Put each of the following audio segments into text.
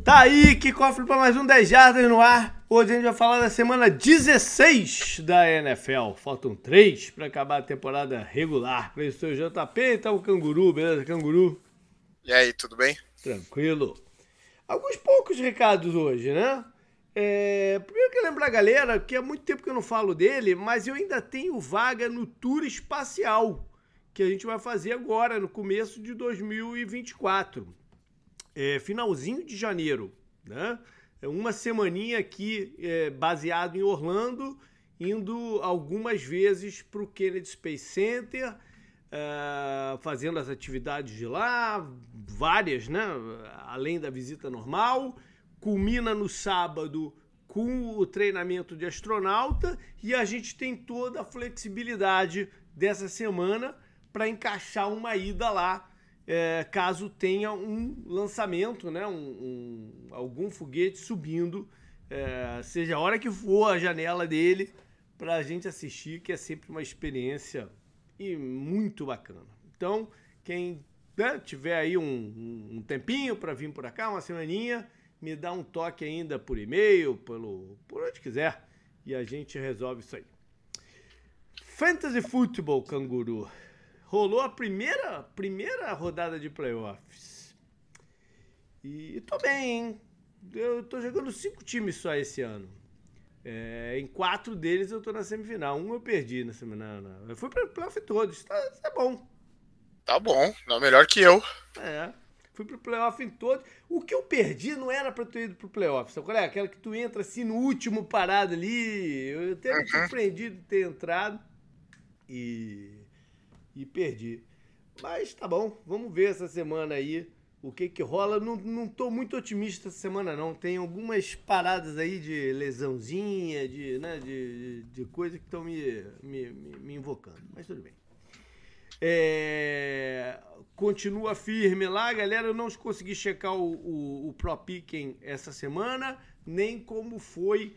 Tá aí, que cofre para mais um 10 Jardas no ar. Hoje a gente vai falar da semana 16 da NFL. Faltam 3 para acabar a temporada regular. Para isso, o JP e tá o Canguru, beleza, Canguru? E aí, tudo bem? Tranquilo. Alguns poucos recados hoje, né? Primeiro que lembrar a galera que há muito tempo que eu não falo dele, mas eu ainda tenho vaga no Tour Espacial, que a gente vai fazer agora, no começo de 2024. Finalzinho de janeiro, né? Uma semaninha aqui baseado em Orlando, indo algumas vezes para o Kennedy Space Center, fazendo as atividades de lá, várias, né? Além da visita normal. Culmina no sábado com o treinamento de astronauta e a gente tem toda a flexibilidade dessa semana para encaixar uma ida lá, caso tenha um lançamento, né? Algum foguete subindo, seja a hora que for a janela dele, para a gente assistir, que é sempre uma experiência muito bacana. Então, quem tiver aí um tempinho para vir por cá, uma semaninha, me dá um toque ainda por e-mail, por onde quiser, e a gente resolve isso aí. Fantasy Football, Canguru. Rolou a primeira rodada de playoffs. E tô bem, hein? Eu tô jogando 5 times só esse ano. Em 4 deles eu tô na semifinal. Um eu perdi na semifinal. Eu fui pro playoff todos. Tá bom. Tá bom, não melhor que eu. Fui pro playoff em todos. O que eu perdi não era pra ter ido pro playoff. Sabe qual é? Aquela que tu entra assim no último parado ali. Eu até me surpreendi de ter entrado. E perdi. Mas tá bom, vamos ver essa semana aí o que rola. Não tô muito otimista essa semana não. Tem algumas paradas aí de lesãozinha, de coisa que estão me invocando. Mas tudo bem. Continua firme lá, galera. Eu não consegui checar o Pro Picking essa semana, nem como foi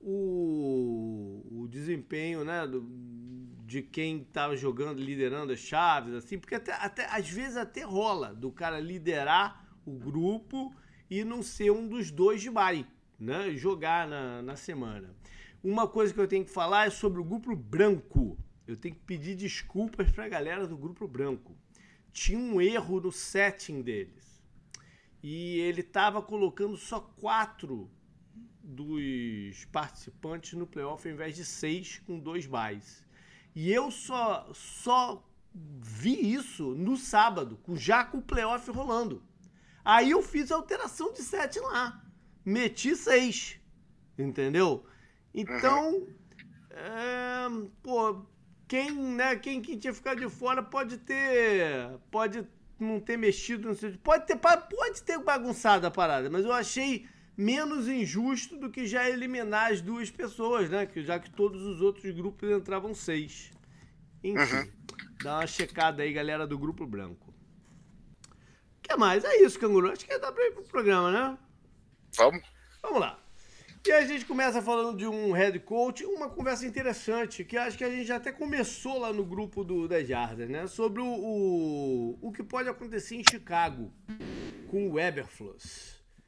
o desempenho, né, de quem estava jogando, liderando as chaves, assim, porque até às vezes até rola do cara liderar o grupo e não ser um dos dois de bye, né, jogar na semana. Uma coisa que eu tenho que falar é sobre o grupo branco. Eu tenho que pedir desculpas para a galera do grupo branco. Tinha um erro no setting deles e ele estava colocando só 4 dos participantes no playoff ao invés de 6 com 2 byes. E eu só vi isso no sábado, já com o playoff rolando. Aí eu fiz a alteração de 7 lá. Meti 6. Entendeu? Então, quem tinha ficado de fora pode não ter mexido, não sei, pode ter bagunçado a parada, mas eu achei menos injusto do que já eliminar as 2 pessoas, né? Já que todos os outros grupos entravam 6. Enfim, dá uma checada aí, galera do grupo branco. O que mais? É isso, Canguru. Acho que dá pra ir pro programa, né? Vamos lá. E a gente começa falando de um head coach, uma conversa interessante, que acho que a gente já até começou lá no grupo do 10 Jardas, né? Sobre o que pode acontecer em Chicago com o Eberflus.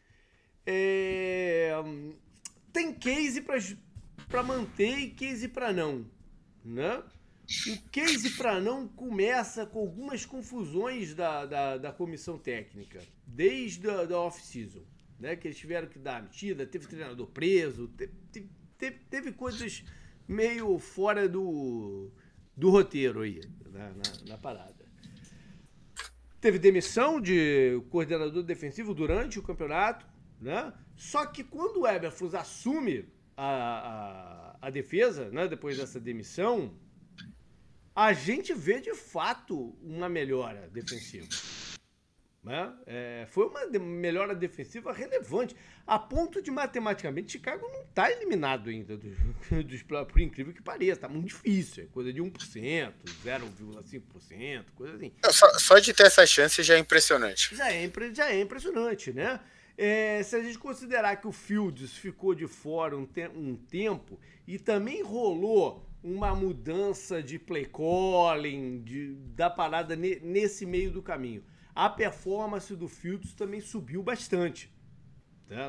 Tem case para manter e case para não, né? O case para não começa com algumas confusões da comissão técnica, desde a off-season, né? Que eles tiveram que dar a metida, teve treinador preso, teve coisas meio fora do roteiro aí, na parada. Teve demissão de coordenador defensivo durante o campeonato, né? Só que quando o Eberflus assume a defesa, né, depois dessa demissão, a gente vê de fato uma melhora defensiva, né? Foi uma melhora defensiva relevante, a ponto de matematicamente Chicago não está eliminado ainda por incrível que pareça, está muito difícil, é coisa de 1%, 0,5%, coisa assim. Só de ter essa chance já é impressionante. Já é impressionante, né? Se a gente considerar que o Fields ficou de fora um tempo e também rolou uma mudança de play calling, da parada nesse meio do caminho, a performance do Fields também subiu bastante. né,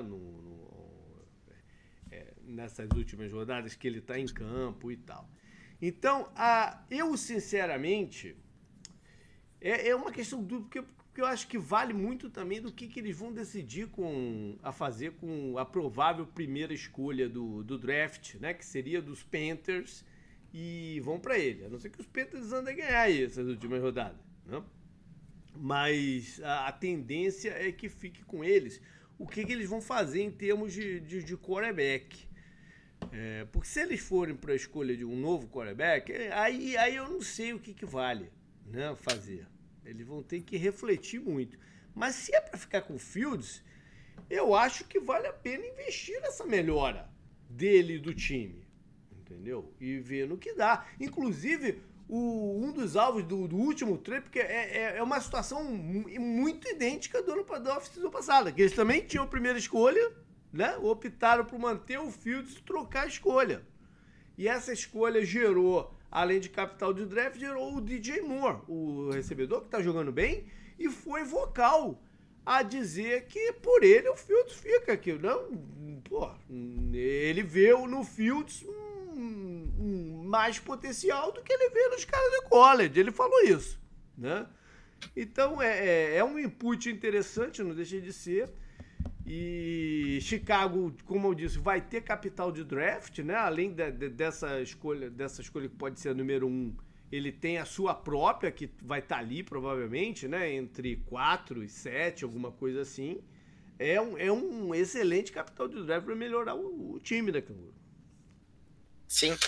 nessas últimas rodadas que ele está em campo e tal. Então, eu sinceramente, é uma questão porque eu acho que vale muito também do que eles vão decidir a fazer com a provável primeira escolha do draft, né, que seria dos Panthers, e vão para ele. A não ser que os Panthers andem a ganhar aí essas últimas rodadas, né? Mas a tendência é que fique com eles o que eles vão fazer em termos de quarterback. Porque se eles forem para a escolha de um novo quarterback, aí eu não sei o que vale, né, fazer. Eles vão ter que refletir muito. Mas se é para ficar com o Fields, eu acho que vale a pena investir nessa melhora dele e do time. Entendeu? E ver no que dá. Inclusive, um dos alvos do último trade, porque é uma situação muito idêntica da off-season passada, que eles também tinham a primeira escolha, né? Optaram por manter o Fields e trocar a escolha. E essa escolha gerou, além de capital de draft, gerou o DJ Moore, o recebedor que está jogando bem, e foi vocal a dizer que por ele o Fields fica aqui. Não, pô, ele vê no Fields mais potencial do que ele vê nos caras de college. Ele falou isso, né? Então é um input interessante, não deixa de ser. E Chicago, como eu disse, vai ter capital de draft, né? Além dessa escolha que pode ser a número 1, ele tem a sua própria, que vai estar ali provavelmente, né? Entre 4 e 7, alguma coisa assim. É um excelente capital de draft para melhorar o time da Canguru. Sim,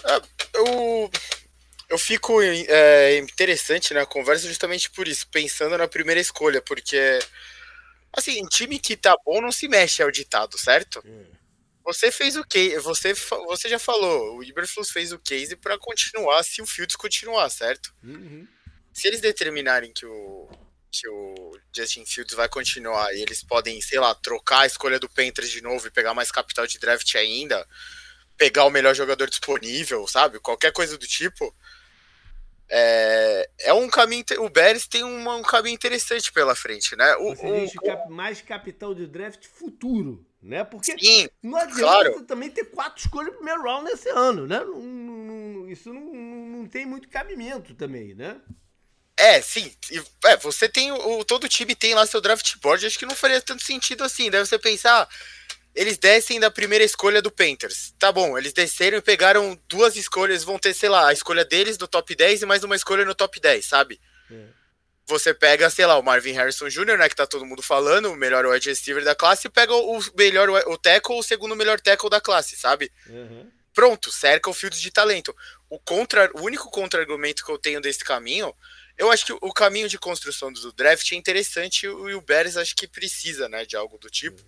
eu fico interessante na conversa justamente por isso, pensando na primeira escolha, porque assim, time que tá bom não se mexe, é o ditado, certo? Você fez o que? Você já falou, o Eberflus fez o case para continuar se o Fields continuar, certo? Uhum. Se eles determinarem que o Justin Fields vai continuar e eles podem, sei lá, trocar a escolha do Panthers de novo e pegar mais capital de draft ainda, pegar o melhor jogador disponível, sabe? Qualquer coisa do tipo. É um caminho. O Bears tem um caminho interessante pela frente, né? Você diz mais capital de draft futuro, né? Porque sim, não adianta claro. também ter 4 escolhas no primeiro round nesse ano, né? Isso não tem muito cabimento também, né? Sim. Você tem todo time tem lá seu draft board. Acho que não faria tanto sentido assim. Deve você pensar. Eles descem da primeira escolha do Panthers. Tá bom, eles desceram e pegaram 2 escolhas, vão ter, sei lá, a escolha deles no top 10 e mais uma escolha no top 10, sabe? Você pega, sei lá, o Marvin Harrison Jr., né, que tá todo mundo falando, o melhor wide receiver da classe, e pega o tackle, o segundo melhor tackle da classe, sabe? Pronto, cerca o Fields de talento. O único contra-argumento que eu tenho desse caminho, eu acho que o caminho de construção do draft é interessante e o Bears acho que precisa, né, de algo do tipo.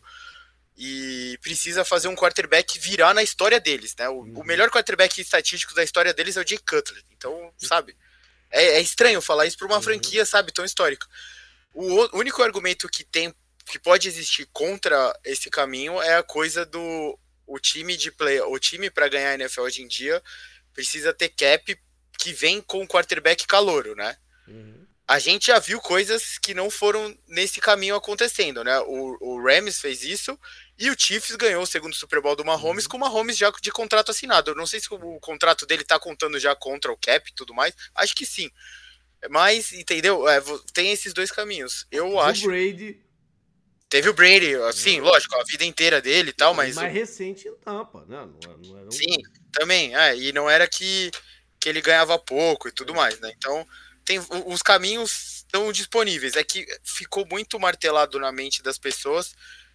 E precisa fazer um quarterback virar na história deles, né? O melhor quarterback estatístico da história deles é o Jay Cutler. Então, sabe? É estranho falar isso para uma franquia, sabe, tão histórica. O único argumento que pode existir contra esse caminho é a coisa do o time para ganhar a NFL hoje em dia precisa ter cap que vem com quarterback calouro, né? A gente já viu coisas que não foram nesse caminho acontecendo, né? O Rams fez isso e o Chiefs ganhou o segundo Super Bowl do Mahomes com o Mahomes já de contrato assinado. Eu não sei se o contrato dele tá contando já contra o cap e tudo mais. Acho que sim. Mas, entendeu? Tem esses dois caminhos. Eu acho. Brady. Teve o Brady, sim, lógico, a vida inteira dele e tal, mas. Mais recente em Tampa, né? Não era Sim, também. E não era que ele ganhava pouco e tudo mais, né? Então. Os caminhos estão disponíveis. É que ficou muito martelado na mente das pessoas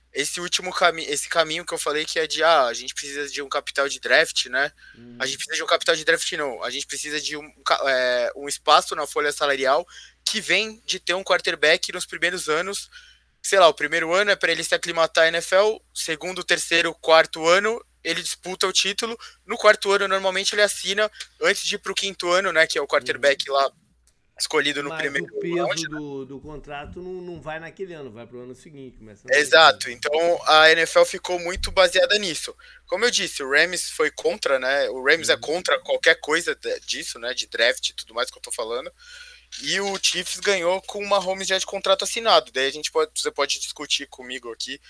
esse caminho que eu falei que é de a gente precisa de um capital de draft, né? A gente precisa de um capital de draft, não. A gente precisa de um espaço na folha salarial que vem de ter um quarterback nos primeiros anos. Sei lá, o primeiro ano é para ele se aclimatar à NFL, segundo, terceiro, quarto ano ele disputa o título. No quarto ano, normalmente, ele assina antes de ir pro quinto ano, né? Que é o quarterback lá escolhido no primeiro ano. Mas o peso do contrato não vai naquele ano, vai pro ano seguinte. Exato, então a NFL ficou muito baseada nisso. Como eu disse, o Rams foi contra, né? O Rams é contra qualquer coisa disso, né? De draft e tudo mais que eu tô falando. E o Chiefs ganhou com uma Mahomes já de contrato assinado. Daí você pode discutir comigo aqui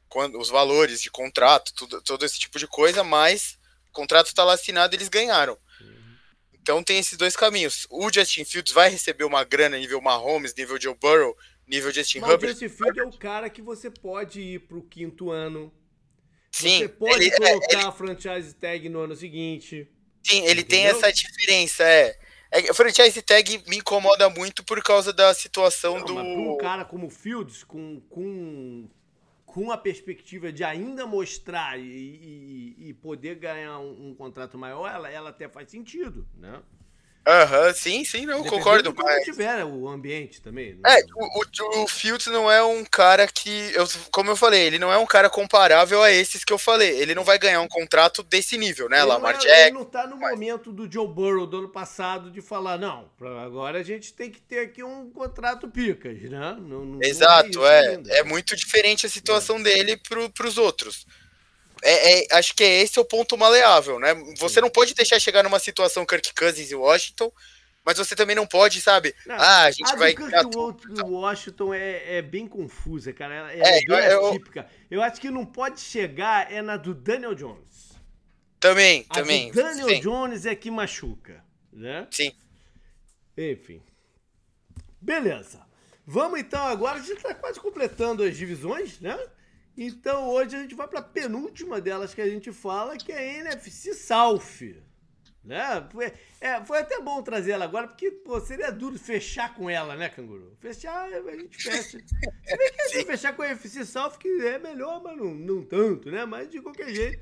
os valores de contrato, todo esse tipo de coisa, mas o contrato está lá assinado e eles ganharam. Então tem esses dois caminhos. O Justin Fields vai receber uma grana nível Mahomes, nível Joe Burrow, nível Justin Herbert. Mas o Justin Fields é o cara que você pode ir pro 5º ano. Sim, você pode colocar a franchise tag no ano seguinte. Sim, ele tem essa diferença, a franchise tag me incomoda muito por causa da situação do... Mas para um cara como o Fields, com a perspectiva de ainda mostrar e poder ganhar um contrato maior, ela até faz sentido, né? Sim, não, concordo. Como tiver o ambiente também. O Fields não é um cara que, como eu falei, ele não é um cara comparável a esses que eu falei. Ele não vai ganhar um contrato desse nível, né? Lamar Jackson. Ele não tá no momento do Joe Burrow do ano passado de falar, não, agora a gente tem que ter aqui um contrato picas, né? Exato, é muito diferente a situação dele pros outros. Acho que esse é o ponto maleável, né? Você não pode deixar chegar numa situação Kirk Cousins em Washington, mas você também não pode, sabe? A gente vai... O Washington é bem confusa, cara. É bem atípica. Eu acho que não pode chegar na do Daniel Jones. Também. Do Daniel Jones é que machuca, né? Sim. Enfim. Beleza. Vamos então agora, a gente tá quase completando as divisões, né? Então hoje a gente vai para a penúltima delas que a gente fala, que é a NFC South. Né? Foi até bom trazer ela agora, porque seria duro fechar com ela, né, Canguru? Fechar, a gente fecha. Se bem que se fechar com a NFC South, que é melhor, mas não tanto, né? Mas de qualquer jeito,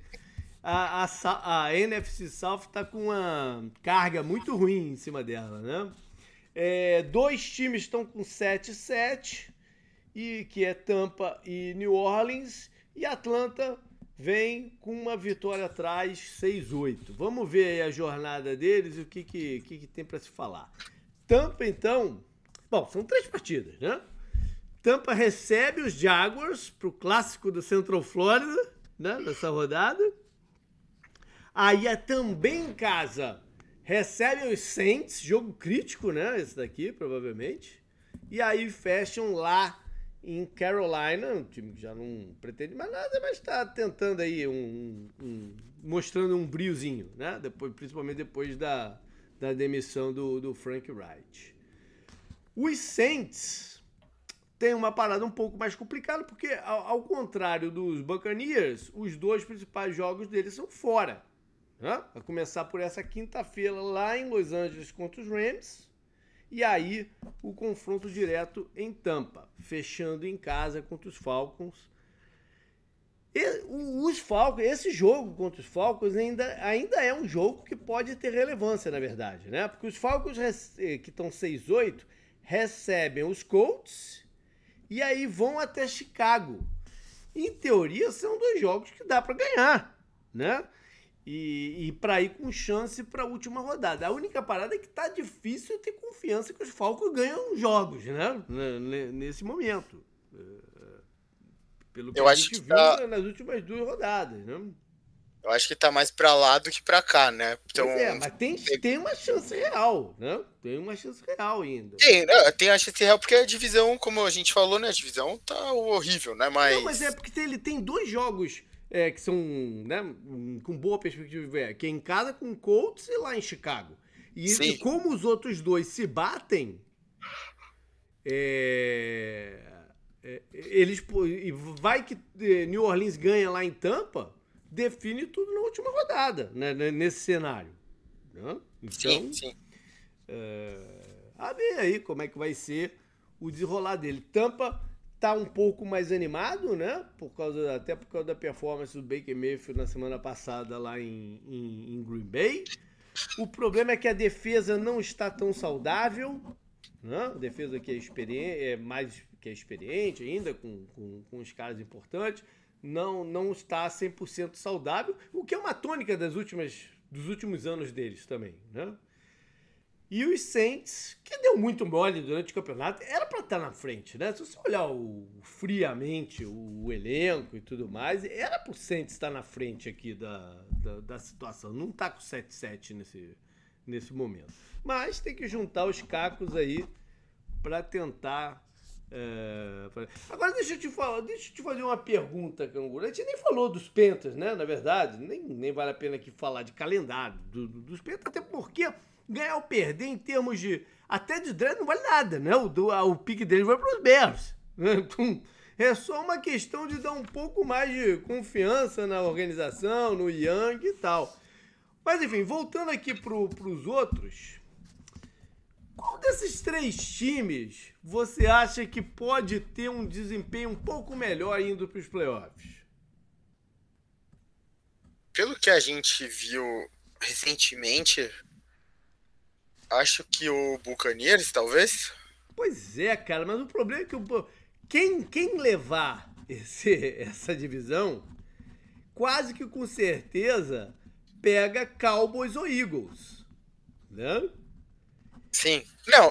a NFC South tá com uma carga muito ruim em cima dela, né? 2 times estão com 7-7. Que é Tampa e New Orleans, e Atlanta vem com uma vitória atrás, 6-8. Vamos ver aí a jornada deles e o que tem para se falar. Tampa, então... Bom, são 3 partidas, né? Tampa recebe os Jaguars para o clássico do Central Florida, né? Nessa rodada. Aí também em casa recebe os Saints, jogo crítico, né? Esse daqui, provavelmente. E aí fecham lá em Carolina, um time que já não pretende mais nada, mas está tentando aí mostrando um briozinho, né? Principalmente depois da demissão do Frank Reich. Os Saints têm uma parada um pouco mais complicada, porque ao contrário dos Buccaneers, os 2 principais jogos deles são fora, né? A começar por essa quinta-feira lá em Los Angeles contra os Rams. E aí, o confronto direto em Tampa, fechando em casa contra os Falcons. Esse jogo contra os Falcons ainda é um jogo que pode ter relevância, na verdade, né? Porque os Falcons, que estão 6-8, recebem os Colts e aí vão até Chicago. Em teoria, são 2 jogos que dá para ganhar, né? E para ir com chance para a última rodada. A única parada é que tá difícil ter confiança que os Falcons ganham jogos, né? Nesse momento. Pelo que a gente viu nas últimas 2 rodadas, né? Eu acho que tá mais para lá do que para cá, né? Então, mas tem uma chance real, né? Tem uma chance real ainda. Tem a chance real porque a divisão, como a gente falou, né? A divisão tá horrível, né? Mas é porque ele tem 2 jogos... que são, né, com boa perspectiva, que é em casa com o Colts e lá em Chicago. E como os outros 2 se batem, vai que New Orleans ganha lá em Tampa, define tudo na última rodada, né, nesse cenário. Né? Então, sim. A ver aí como é que vai ser o desenrolar dele. Tampa tá um pouco mais animado, né? Até por causa da performance do Baker Mayfield na semana passada lá em Green Bay. O problema é que a defesa não está tão saudável, né? A defesa que é mais experiente ainda, com os caras importantes, não está 100% saudável, o que é uma tônica dos últimos anos deles também, né? E os Saints, que deu muito mole durante o campeonato, era para estar na frente, né? Se você olhar friamente o elenco e tudo mais, era para o Saints estar na frente aqui da situação. Não está com 7-7 nesse momento. Mas tem que juntar os cacos aí para tentar Agora deixa eu te fazer uma pergunta, Canguru. A gente nem falou dos Panthers, né? Na verdade, nem vale a pena aqui falar de calendário dos Panthers, até porque ganhar ou perder em termos de até de draft não vale nada, né? O pique deles vai para os Bears. Então, é só uma questão de dar um pouco mais de confiança na organização, no Young e tal. Mas enfim, voltando aqui pros outros, qual desses 3 times você acha que pode ter um desempenho um pouco melhor indo para os playoffs? Pelo que a gente viu recentemente, acho que o Buccaneers, talvez. Pois é, cara, mas o problema é que quem levar essa divisão, quase que com certeza pega Cowboys ou Eagles, né? Sim. Não,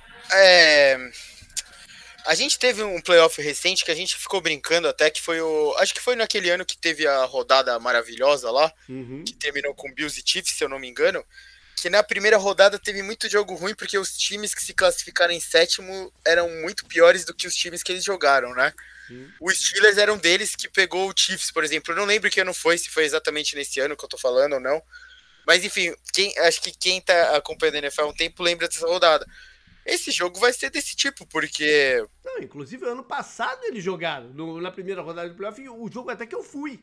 a gente teve um playoff recente que a gente ficou brincando até, que foi acho que foi naquele ano que teve a rodada maravilhosa lá, que terminou com Bills e Chiefs, se eu não me engano, que na primeira rodada teve muito jogo ruim, porque os times que se classificaram em sétimo eram muito piores do que os times que eles jogaram, né? O Steelers era um deles que pegou o Chiefs, por exemplo. Eu não lembro que ano foi, se foi exatamente nesse ano que eu tô falando ou não. Mas enfim, acho que quem tá acompanhando a NFL há um tempo lembra dessa rodada. Esse jogo vai ser desse tipo, porque... Não, inclusive ano passado eles jogaram na primeira rodada do playoff, o jogo até que eu fui.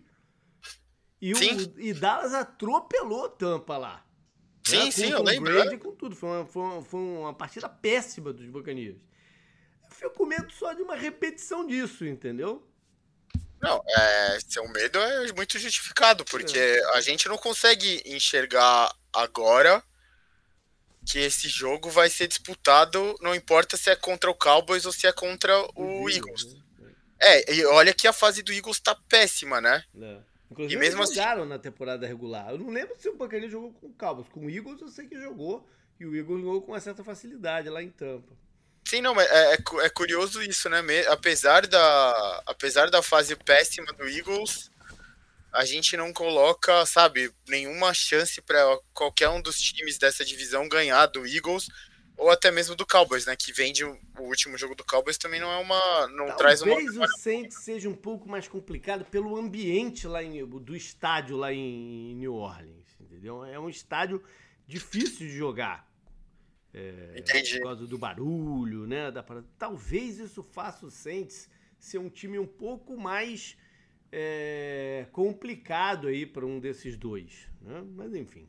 E Dallas atropelou Tampa lá. Sim, né? sim, eu lembro. Brady, com tudo. Foi uma partida péssima dos Buccaneers. Eu fico com medo só de uma repetição disso, entendeu? Não, seu medo é muito justificado, porque a gente não consegue enxergar agora que esse jogo vai ser disputado, não importa se é contra o Cowboys ou se é contra o Eagles. Né? E olha que a fase do Eagles tá péssima, né? Inclusive, eles jogaram na temporada regular. Eu não lembro se o Buccaneers jogou com o Cowboys. Com o Eagles eu sei que jogou, e o Eagles jogou com uma certa facilidade lá em Tampa. Sim, não, mas é curioso isso, né? Apesar da fase péssima do Eagles, a gente não coloca, sabe, nenhuma chance para qualquer um dos times dessa divisão ganhar do Eagles ou até mesmo do Cowboys, né? Que vem o último jogo do Cowboys também não é uma... Não traz uma... Talvez o Saints seja um pouco mais complicado pelo ambiente lá do estádio lá em New Orleans, entendeu? É um estádio difícil de jogar. Entendi. Por causa do barulho, né? Talvez isso faça o Saints ser um time um pouco mais complicado aí para um desses dois, né? Mas enfim.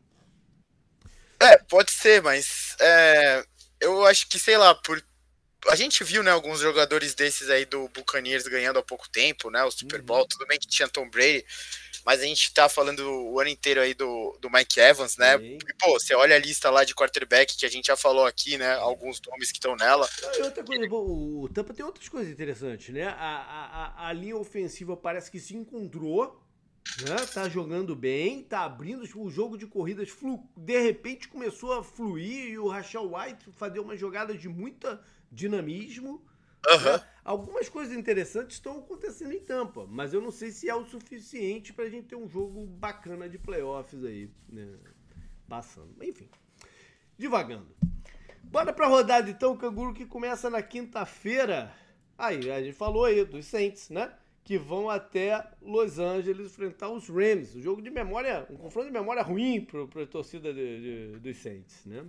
Pode ser, mas eu acho que, sei lá, a gente viu, né, alguns jogadores desses aí do Buccaneers ganhando há pouco tempo, né, o Super Bowl, tudo bem que tinha Tom Brady, mas a gente tá falando o ano inteiro aí do Mike Evans, né, e, pô, você olha a lista lá de quarterback que a gente já falou aqui, né, alguns nomes que estão nela. E outra coisa, o Tampa tem outras coisas interessantes, né, a linha ofensiva parece que se encontrou, né? Tá jogando bem, tá abrindo o jogo de corridas, de repente começou a fluir e o Rashad White fazer umas jogadas de muita dinamismo. Né? Algumas coisas interessantes estão acontecendo em Tampa, mas eu não sei se é o suficiente pra gente ter um jogo bacana de playoffs aí, né? Passando. Enfim, divagando. Bora pra rodada então, Canguru, que começa na quinta-feira. Aí, a gente falou aí dos Saints, né? Que vão até Los Angeles enfrentar os Rams. Um jogo de memória, um confronto de memória ruim para a torcida dos Saints, né?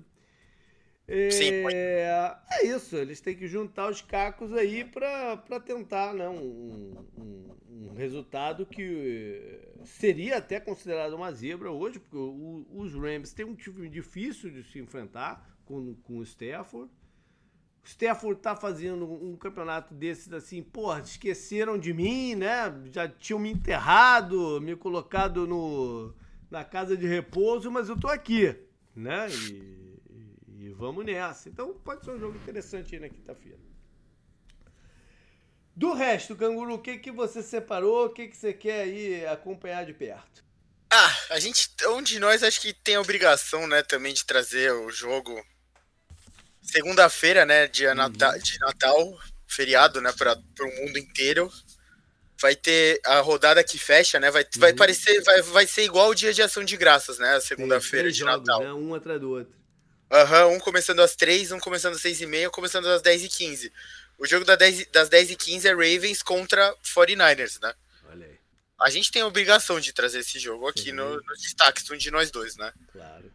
Sim, é isso, eles têm que juntar os cacos aí para tentar, né, um resultado que seria até considerado uma zebra hoje, porque os Rams têm um time difícil de se enfrentar com o Stafford. O Stafford tá fazendo um campeonato desses assim, porra, esqueceram de mim, né? Já tinham me enterrado, me colocado na casa de repouso, mas eu tô aqui, né? E vamos nessa. Então pode ser um jogo interessante aí na quinta-feira. Do resto, Canguru, o que você separou? O que você quer aí acompanhar de perto? Um de nós acho que tem a obrigação, né, também de trazer o jogo segunda-feira, né, de Natal, feriado, né, para o mundo inteiro. Vai ter a rodada que fecha, né, vai ser igual o dia de ação de graças, né, a segunda-feira de jogos, Natal. Né, um atrás do outro. Um começando às 3, um começando às 6h30, um começando às 10h15. O jogo das 10h15 é Ravens contra 49ers, né? Olha aí. A gente tem a obrigação de trazer esse jogo aqui nos destaques de nós dois, né? Claro.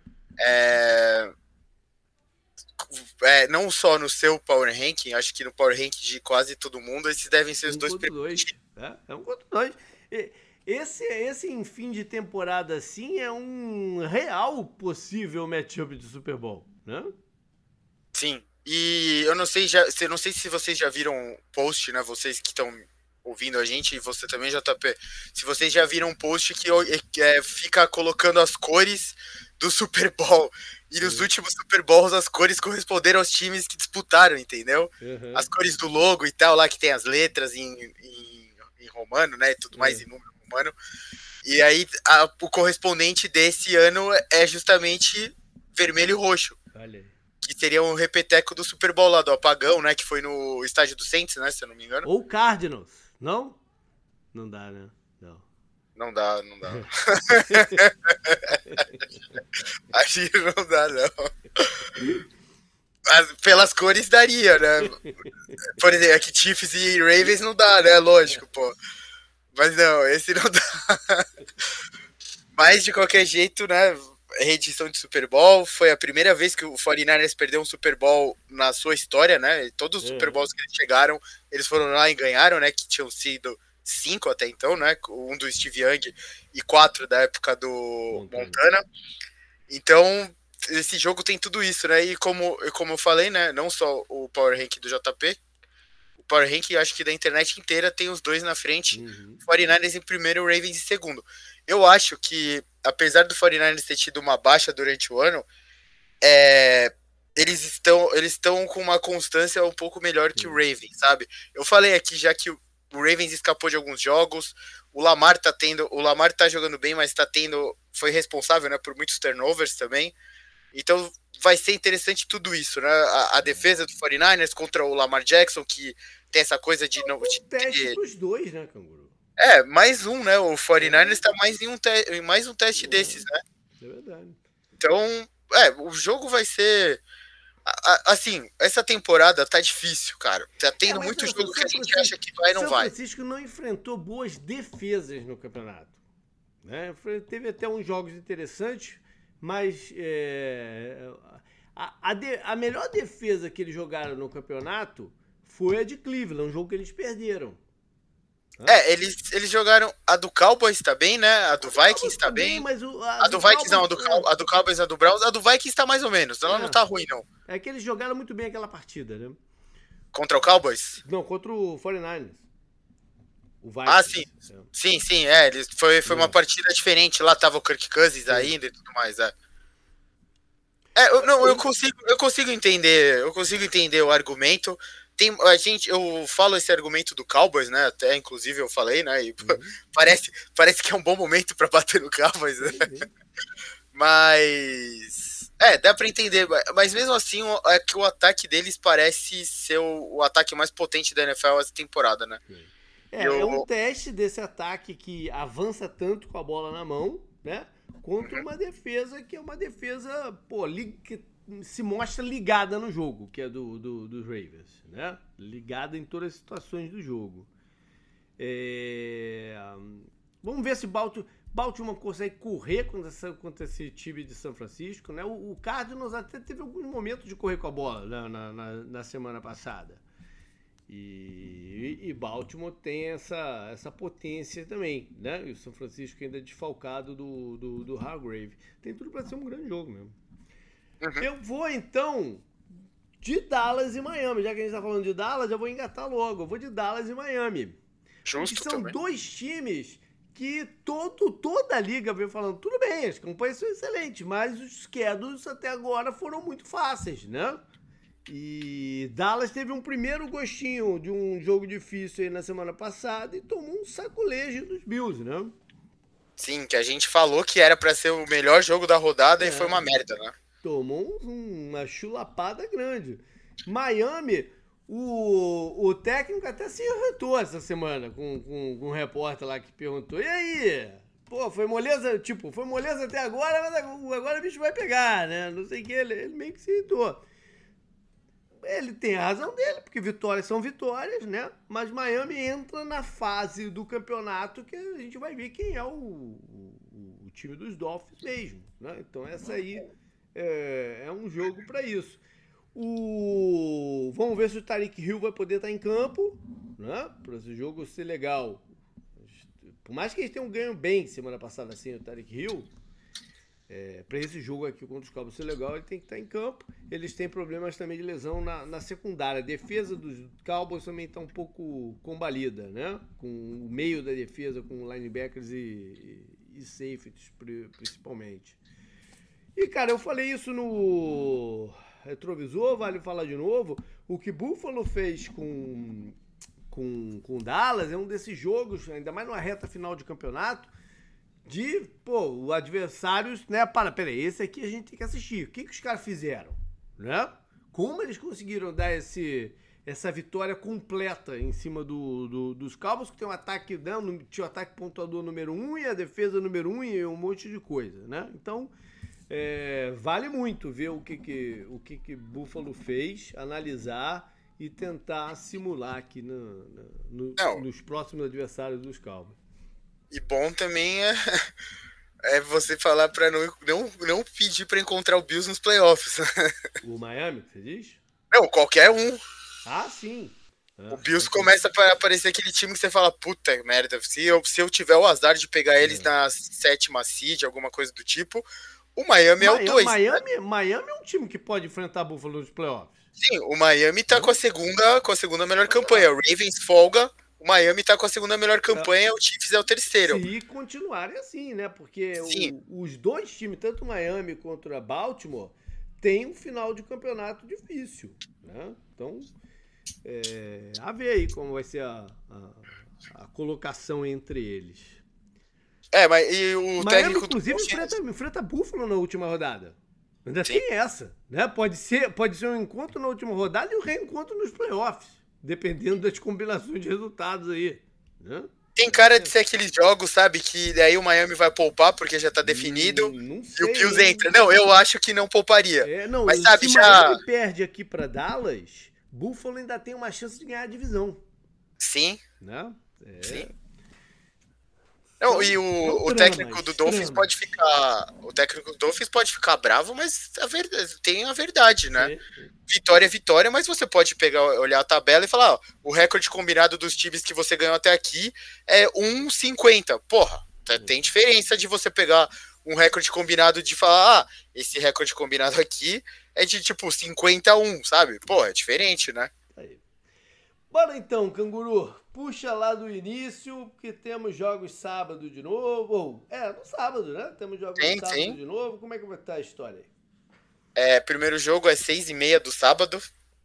Não só no seu Power Ranking, acho que no Power Ranking de quase todo mundo, esses devem ser os dois primeiros. É 1-2. Esse em fim de temporada assim é um real possível matchup de Super Bowl, né? Sim. E eu não sei se vocês já viram um post, né? Vocês que estão ouvindo a gente, e você também, JP, se vocês já viram um post que fica colocando as cores do Super Bowl. E nos últimos Super Bowls as cores corresponderam aos times que disputaram, entendeu? Uhum. As cores do logo e tal, lá que tem as letras em romano, né? Tudo mais em número romano. E aí o correspondente desse ano é justamente vermelho e roxo. Olha aí. Que seria um repeteco do Super Bowl lá, do apagão, né? Que foi no estádio do Saints, né? Se eu não me engano. Ou Cardinals, não? Não dá, né? Não dá. Acho que não dá, não. Mas pelas cores daria, né? Por exemplo, aqui Chiefs e Ravens não dá, né? Lógico, pô. Mas não, esse não dá. Mas de qualquer jeito, né? Reedição de Super Bowl. Foi a primeira vez que o 49ers perdeu um Super Bowl na sua história, né? Todos os Super Bowls que eles chegaram, eles foram lá e ganharam, né? Que tinham sido 5 até então, né? Um do Steve Young e 4 da época do Montana. Então, esse jogo tem tudo isso, né? E como eu falei, né? Não só o Power Rank do JP, o Power Rank, acho que da internet inteira, tem os dois na frente. 49ers em primeiro e Ravens em segundo. Eu acho que, apesar do 49ers ter tido uma baixa durante o ano, eles estão com uma constância um pouco melhor que o Ravens, sabe? Eu falei aqui já que o Ravens escapou de alguns jogos, o Lamar tá jogando bem, mas foi responsável, né, por muitos turnovers também. Então vai ser interessante tudo isso, né? A defesa do 49ers contra o Lamar Jackson, que tem essa coisa de não. Teste dos dois, né, Canguru? Mais um, né? O 49ers está em mais um teste desses, né? É verdade. Então, o jogo vai ser. Assim, essa temporada tá difícil, cara. Tá tendo muito jogo que a gente acha que vai e não vai. São Francisco não enfrentou boas defesas no campeonato, né? Teve até uns jogos interessantes, mas a melhor defesa que eles jogaram no campeonato foi a de Cleveland, um jogo que eles perderam. Eles jogaram. A do Cowboys tá bem, né? A do Vikings tá bem. Mas a do Vikings não, a do Cowboys, a do Browns. A do Vikings tá mais ou menos. Ela não tá ruim, não. É que eles jogaram muito bem aquela partida, né? Contra o Cowboys? Não, contra o 49ers. O Vikings. Sim. Foi uma partida diferente. Lá tava o Kirk Cousins ainda e tudo mais, eu consigo entender. Eu consigo entender o argumento. Eu falo esse argumento do Cowboys, né? Até inclusive eu falei, né? E parece que é um bom momento para bater no Cowboys, né? Mas dá para entender. Mas mesmo assim, é que o ataque deles parece ser o ataque mais potente da NFL essa temporada, né? É um teste desse ataque que avança tanto com a bola na mão, né? Contra uma defesa que é uma defesa, que se mostra ligada no jogo, que é dos Ravens, né? Ligada em todas as situações do jogo. Vamos ver se Baltimore consegue correr contra esse time de São Francisco, né? O Cardinals até teve alguns momentos de correr com a bola na semana passada. E Baltimore tem essa potência também, né? E o São Francisco ainda desfalcado do Hargrave. Tem tudo para ser um grande jogo mesmo. Eu vou, então, de Dallas e Miami. Já que a gente tá falando de Dallas, eu vou engatar logo. Eu vou de Dallas e Miami. Justo, que são também. Dois times que toda a liga veio falando, tudo bem, as campanhas são excelentes, mas os schedules até agora foram muito fáceis, né? E Dallas teve um primeiro gostinho de um jogo difícil aí na semana passada e tomou um saculejo dos Bills, né? Sim, que a gente falou que era para ser o melhor jogo da rodada e foi uma merda, né? Tomou uma chulapada grande. Miami, o técnico até se irritou essa semana com um repórter lá que perguntou, e aí? Pô, foi moleza? Tipo, foi moleza até agora, mas agora o bicho vai pegar, né? Não sei o que, ele meio que se irritou. ele tem a razão dele, porque vitórias são vitórias, né? Mas Miami entra na fase do campeonato que a gente vai ver quem é o time dos Dolphins mesmo, né? Então essa aí é um jogo para isso. Vamos ver se o Tyreek Hill vai poder estar em campo, né? Para esse jogo ser legal. Por mais que eles tenham ganho bem semana passada assim, o Tyreek Hill, para esse jogo aqui contra os Cowboys ser legal, ele tem que estar em campo. Eles têm problemas também de lesão na secundária. A defesa dos Cowboys também está um pouco combalida, né? Com o meio da defesa, com linebackers e safeties principalmente. E, cara, eu falei isso no retrovisor, vale falar de novo. O que Buffalo fez com Dallas é um desses jogos, ainda mais numa reta final de campeonato, o adversário, né? Peraí, esse aqui a gente tem que assistir. O que os caras fizeram, né? Como eles conseguiram dar essa vitória completa em cima dos Cowboys, que tem um ataque, né? Tinha o ataque pontuador número 1 e a defesa número 1 e um monte de coisa, né? Então, vale muito ver o que Buffalo fez, analisar e tentar simular aqui nos próximos adversários dos Cowboys. E bom também é você falar pra não pedir pra encontrar o Bills nos playoffs. O Miami, você diz? Não, qualquer um. Ah, sim. O Bills começa a aparecer aquele time que você fala, puta merda, se eu tiver o azar de pegar eles na 7ª seed, alguma coisa do tipo, o Miami é o 2. Miami é um time que pode enfrentar Buffalo nos playoffs. Sim, o Miami tá com a segunda melhor campanha. O Ravens folga, o Miami tá com a segunda melhor campanha, o Chiefs é o terceiro. Se continuarem assim, né? Porque os dois times, tanto o Miami quanto a Baltimore, tem um final de campeonato difícil, né? Então, a ver aí como vai ser a colocação entre eles. Mas e o Miami, técnico inclusive, enfrenta Buffalo na última rodada. Ainda tem essa, né? Pode ser um encontro na última rodada e um reencontro nos playoffs, dependendo das combinações de resultados aí, né? Tem cara de ser aqueles jogos, sabe, que daí o Miami vai poupar porque já tá definido não e sei, o Bills entra. Não, eu acho que não pouparia. Mas sabe, se já... Miami perde aqui pra Dallas, Buffalo ainda tem uma chance de ganhar a divisão. Sim. Né? Sim. Não, e o técnico do Dolphins pode ficar. O técnico do Dolphins pode ficar bravo, mas tem a verdade, né? Sim. Vitória é vitória, mas você pode olhar a tabela e falar, ó, o recorde combinado dos times que você ganhou até aqui é 1,50. Porra, tem diferença de você pegar um recorde combinado de falar, esse recorde combinado aqui é de tipo 50-1, sabe? Porra, é diferente, né? Aí. Bora então, Canguru. Puxa lá do início, porque temos jogos sábado de novo. No sábado, né? Temos jogos sábado de novo. Como é que vai estar a história aí? Primeiro jogo é 6h30 do sábado.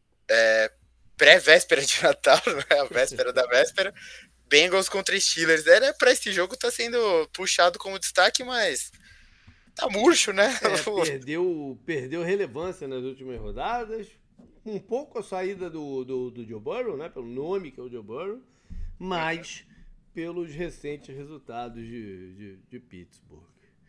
Pré-véspera de Natal, né? A véspera da véspera. Bengals contra Steelers. Pra esse jogo tá sendo puxado como destaque, mas tá murcho, né? Perdeu relevância nas últimas rodadas. Um pouco a saída do Joe Burrow, né? Pelo nome que é o Joe Burrow. Mas pelos recentes resultados de Pittsburgh.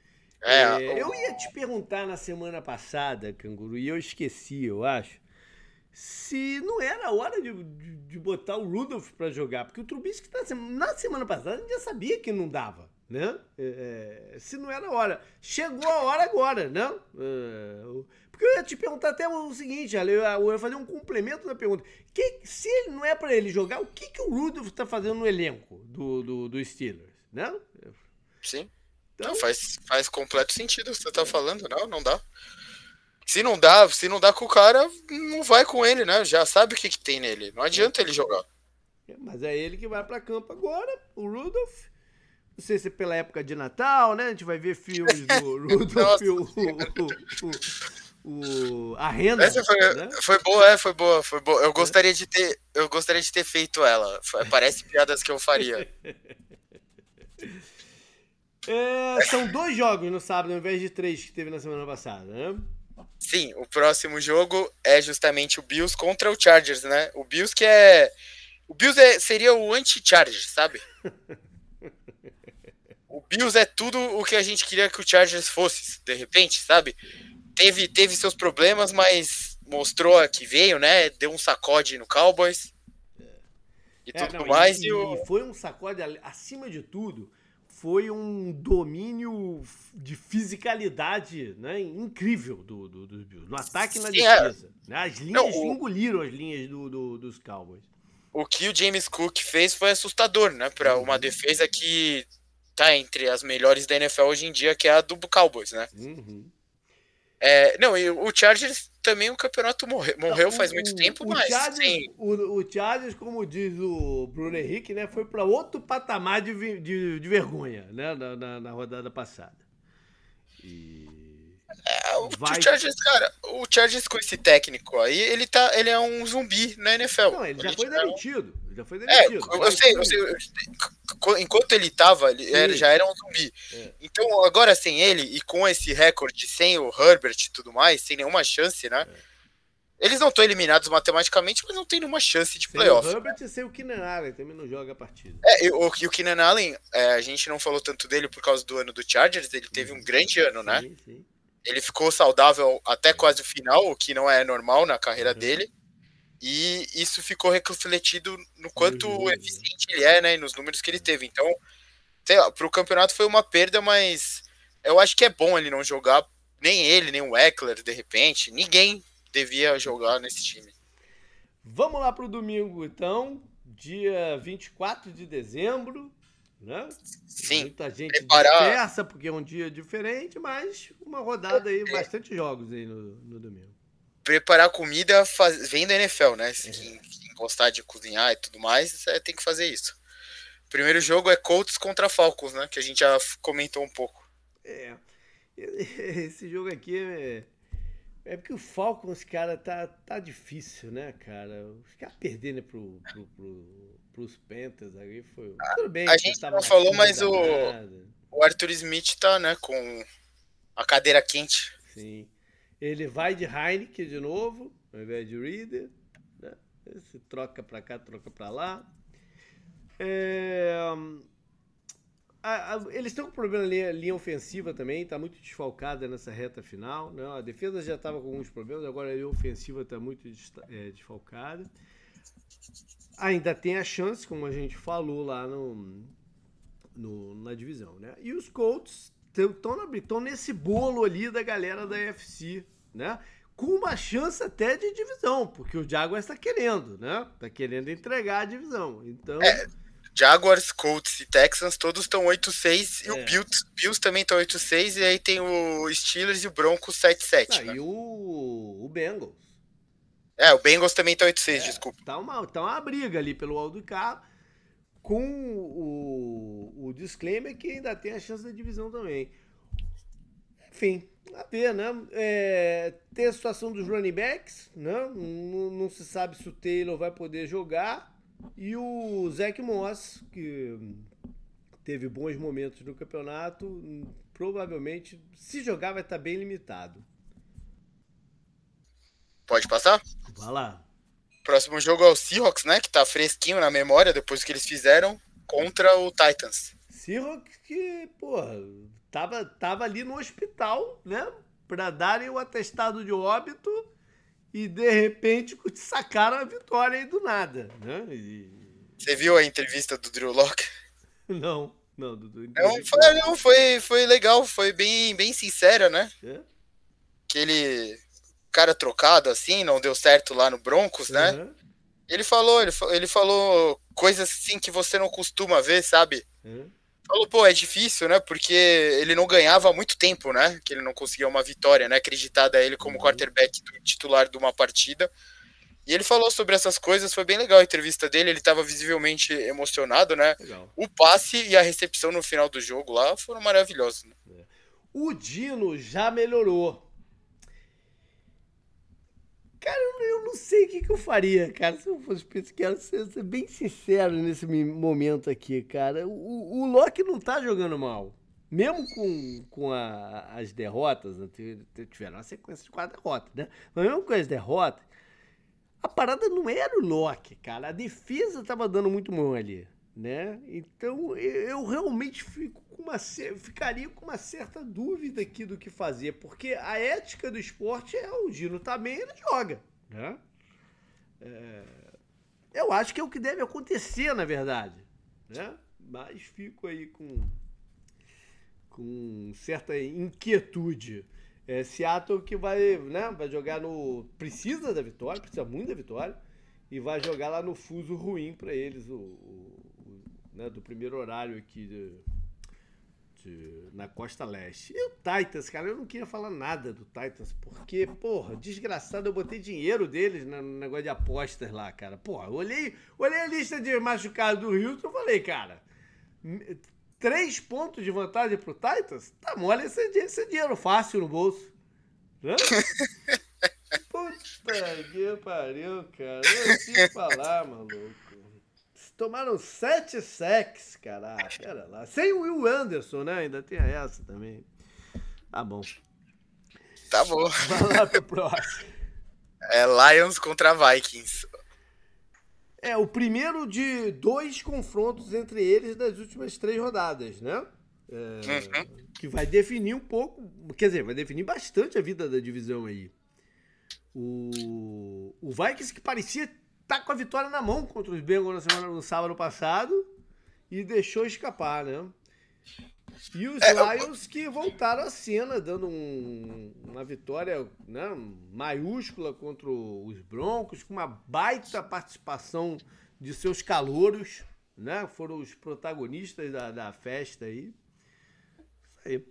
Eu ia te perguntar na semana passada, Canguru, e eu esqueci, eu acho, se não era hora de botar o Rudolph para jogar, porque o Trubisky na semana passada a gente já sabia que não dava, né? Se não era hora. Chegou a hora agora, né? Porque eu ia te perguntar até o seguinte, eu ia fazer um complemento da pergunta. Se ele não é para ele jogar, o que o Rudolph tá fazendo no elenco do Steelers, né? Sim. Então, não, faz completo sentido o que você tá falando, não dá. Se não dá com o cara, não vai com ele, né? Já sabe o que tem nele. Não adianta ele jogar. Mas é ele que vai para campo agora, o Rudolph. Não sei se é pela época de Natal, né? A gente vai ver filmes do Rudolph, a renda. Essa foi boa. Eu gostaria de ter feito ela. Parece piadas que eu faria. São 2 jogos no sábado, ao invés de 3 que teve na semana passada, né? Sim, o próximo jogo é justamente o Bills contra o Chargers, né? O Bills seria o anti-Chargers, sabe? O Bills é tudo o que a gente queria que o Chargers fosse, de repente, sabe? Teve seus problemas, mas mostrou que veio, né? Deu um sacode no Cowboys e tudo mais. E foi um sacode, acima de tudo, foi um domínio de fisicalidade, né, incrível dos Bills. No ataque e na defesa. Né? As linhas engoliram as linhas dos Cowboys. O que o James Cook fez foi assustador, né? Para uma defesa que tá entre as melhores da NFL hoje em dia, que é a do Cowboys, né? E o Chargers também, o campeonato morreu faz muito tempo, mas Chargers, o Chargers, como diz o Bruno Henrique, né, foi para outro patamar de vergonha, né, na rodada passada. O Chargers com esse técnico aí, ele é um zumbi na NFL. Não, ele já foi demitido. Eu sei. Enquanto ele tava, ele já era um zumbi. Então, agora sem ele, e com esse recorde, sem o Herbert e tudo mais, sem nenhuma chance, né? Eles não estão eliminados matematicamente, mas não tem nenhuma chance de playoff. O Herbert e sem o Keenan Allen também não joga a partida. E o Keenan Allen, a gente não falou tanto dele por causa do ano do Chargers, ele teve um grande ano, né? Sim. Ele ficou saudável até quase o final, o que não é normal na carreira dele. E isso ficou refletido no quanto eficiente ele é, né? E nos números que ele teve. Então, sei lá, pro campeonato foi uma perda, mas eu acho que é bom ele não jogar. Nem ele, nem o Eckler, de repente. Ninguém devia jogar nesse time. Vamos lá pro domingo, então. Dia 24 de dezembro. Né? Sim. Muita gente dispersa porque é um dia diferente, mas uma rodada aí, bastante jogos aí no domingo. Preparar comida vem da NFL, né? Quem gostar de cozinhar e tudo mais, tem que fazer isso. O primeiro jogo é Colts contra Falcons, né? Que a gente já comentou um pouco. Esse jogo aqui é porque o Falcons, cara, tá difícil, né, cara? Os caras perderem pros Panthers aí foi... Tudo bem. A gente não falou, mas o Arthur Smith tá, né, com a cadeira quente. Sim. Ele vai de Heineken de novo, ao invés de Reader. Né? Se troca pra cá, troca pra lá. Eles estão com problema na linha ofensiva também, tá muito desfalcada nessa reta final. Né? A defesa já estava com alguns problemas, agora a linha ofensiva está muito desfalcada. Ainda tem a chance, como a gente falou lá na divisão. Né? E os Colts estão nesse bolo ali da galera da AFC, né? Com uma chance até de divisão, porque o Jaguars está querendo, né? Tá querendo entregar a divisão. Então... Jaguars, Colts e Texans, todos estão 8-6, e o Bills também estão 8-6, e aí tem o Steelers e o Broncos 7-7. Né? E o Bengals. O Bengals também tá 8-6, desculpa. Tá uma briga ali pelo wildcard, com o disclaimer que ainda tem a chance da divisão também. Enfim, a ver, né? Tem a situação dos running backs, né? Não se sabe se o Taylor vai poder jogar. E o Zach Moss, que teve bons momentos no campeonato, provavelmente, se jogar, vai estar bem limitado. Pode passar? Vai lá. Próximo jogo é o Seahawks, né? Que tá fresquinho na memória depois que eles fizeram contra o Titans. Seahawks que, porra, tava ali no hospital, né? Pra darem o atestado de óbito. E, de repente, sacaram a vitória aí do nada, né? Você viu a entrevista do Drew Lock? Não, Dudu. Foi legal, foi bem sincera, né? Aquele cara trocado, assim, não deu certo lá no Broncos, né? Ele falou coisas assim que você não costuma ver, sabe? Falou, é difícil, né? Porque ele não ganhava há muito tempo, né? Que ele não conseguia uma vitória, né? Acreditada ele como quarterback titular de uma partida. E ele falou sobre essas coisas, foi bem legal a entrevista dele, ele estava visivelmente emocionado, né? Legal. O passe e a recepção no final do jogo lá foram maravilhosos, né? O Dino já melhorou. Cara, eu não sei o que eu faria, cara, se eu fosse quero ser bem sincero nesse momento aqui, cara. O Locke não tá jogando mal. Mesmo com as derrotas, tiveram uma sequência de 4 derrotas, né? Mas mesmo com as derrotas, a parada não era o Locke, cara. A defesa tava dando muito mão ali, né? Então eu realmente ficaria com uma certa dúvida aqui do que fazer, porque a ética do esporte é o Gino tá bem, ele joga, né? Eu acho que é o que deve acontecer, na verdade, né? Mas fico aí com certa inquietude. Seattle que vai, né, vai jogar no... Precisa da vitória, precisa muito da vitória, e vai jogar lá no fuso ruim para eles, né, do primeiro horário aqui na Costa Leste. E o Titans, cara, eu não queria falar nada do Titans, porque, porra, desgraçado, eu botei dinheiro deles no negócio de apostas lá, cara. Porra, olhei a lista de machucados do Houston e falei, cara, 3 pontos de vantagem pro Titans? Tá mole esse dinheiro fácil no bolso. Né? Puta que pariu, cara. Eu não sei falar, maluco. Tomaram 7 sacks, cara. Pera lá. Sem o Will Anderson, né? Ainda tem essa também. Tá bom. Tá bom. Vai lá pro próximo. Lions contra Vikings. O primeiro de 2 confrontos entre eles das últimas 3 rodadas, né? Que vai definir um pouco, quer dizer, vai definir bastante a vida da divisão aí. O Vikings que parecia estar com a vitória na mão contra os Bengals no sábado passado e deixou escapar, né? E os Lions que voltaram à cena, dando uma vitória, né, maiúscula contra os Broncos, com uma baita participação de seus calouros, né? Foram os protagonistas da festa aí. Isso aí.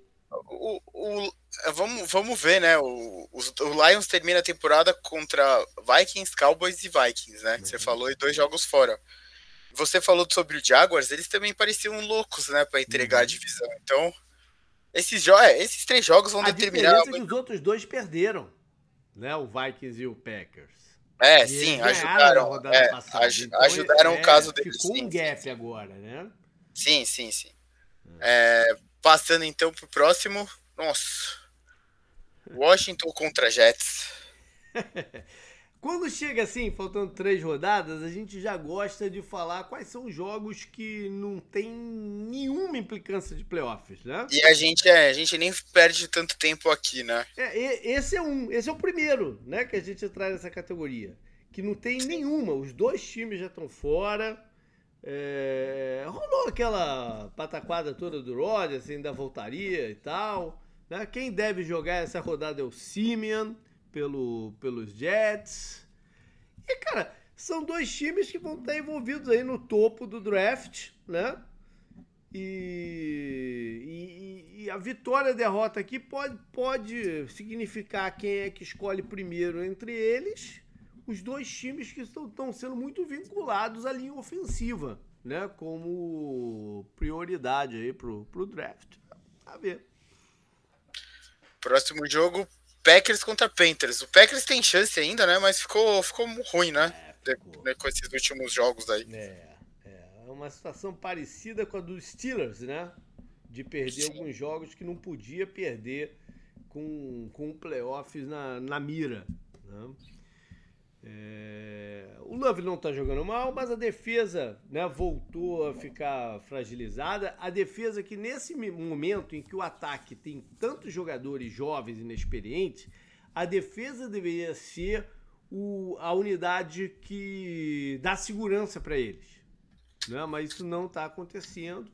Vamos ver, né? O Lions termina a temporada contra Vikings, Cowboys e Vikings, né? Você falou, e 2 jogos fora. Você falou sobre o Jaguars, eles também pareciam loucos, né, para entregar a divisão. Então, esses 3 jogos vão determinar. A diferença é que os outros 2 perderam, né? O Vikings e o Packers. Sim, ajudaram. Ajudaram o caso deles. Ficou um gap agora, né? Sim. Passando então pro próximo. Nossa. Washington contra Jets. Quando chega assim, faltando 3 rodadas, a gente já gosta de falar quais são os jogos que não tem nenhuma implicância de playoffs, né? E a gente nem perde tanto tempo aqui, né? Esse é o primeiro, né, que a gente traz nessa categoria. Que não tem nenhuma, os 2 times já estão fora. Rolou aquela pataquada toda do Rodgers, ainda voltaria e tal, né? Quem deve jogar essa rodada é o Simeon pelos Jets. E, cara, são 2 times que vão estar envolvidos aí no topo do draft, né? E a vitória e a derrota aqui pode significar quem é que escolhe primeiro entre eles. Os 2 times que estão sendo muito vinculados à linha ofensiva, né? Como prioridade aí pro draft. A ver. Próximo jogo, Packers contra Panthers. O Packers tem chance ainda, né? Mas ficou ruim, né? Com esses últimos jogos aí. É uma situação parecida com a dos Steelers, né? De perder alguns jogos que não podia perder com playoffs na mira, né? O Love não tá jogando mal, mas a defesa, né, voltou a ficar fragilizada. A defesa que nesse momento em que o ataque tem tantos jogadores jovens e inexperientes, a defesa deveria ser a unidade que dá segurança para eles, né? Mas isso não está acontecendo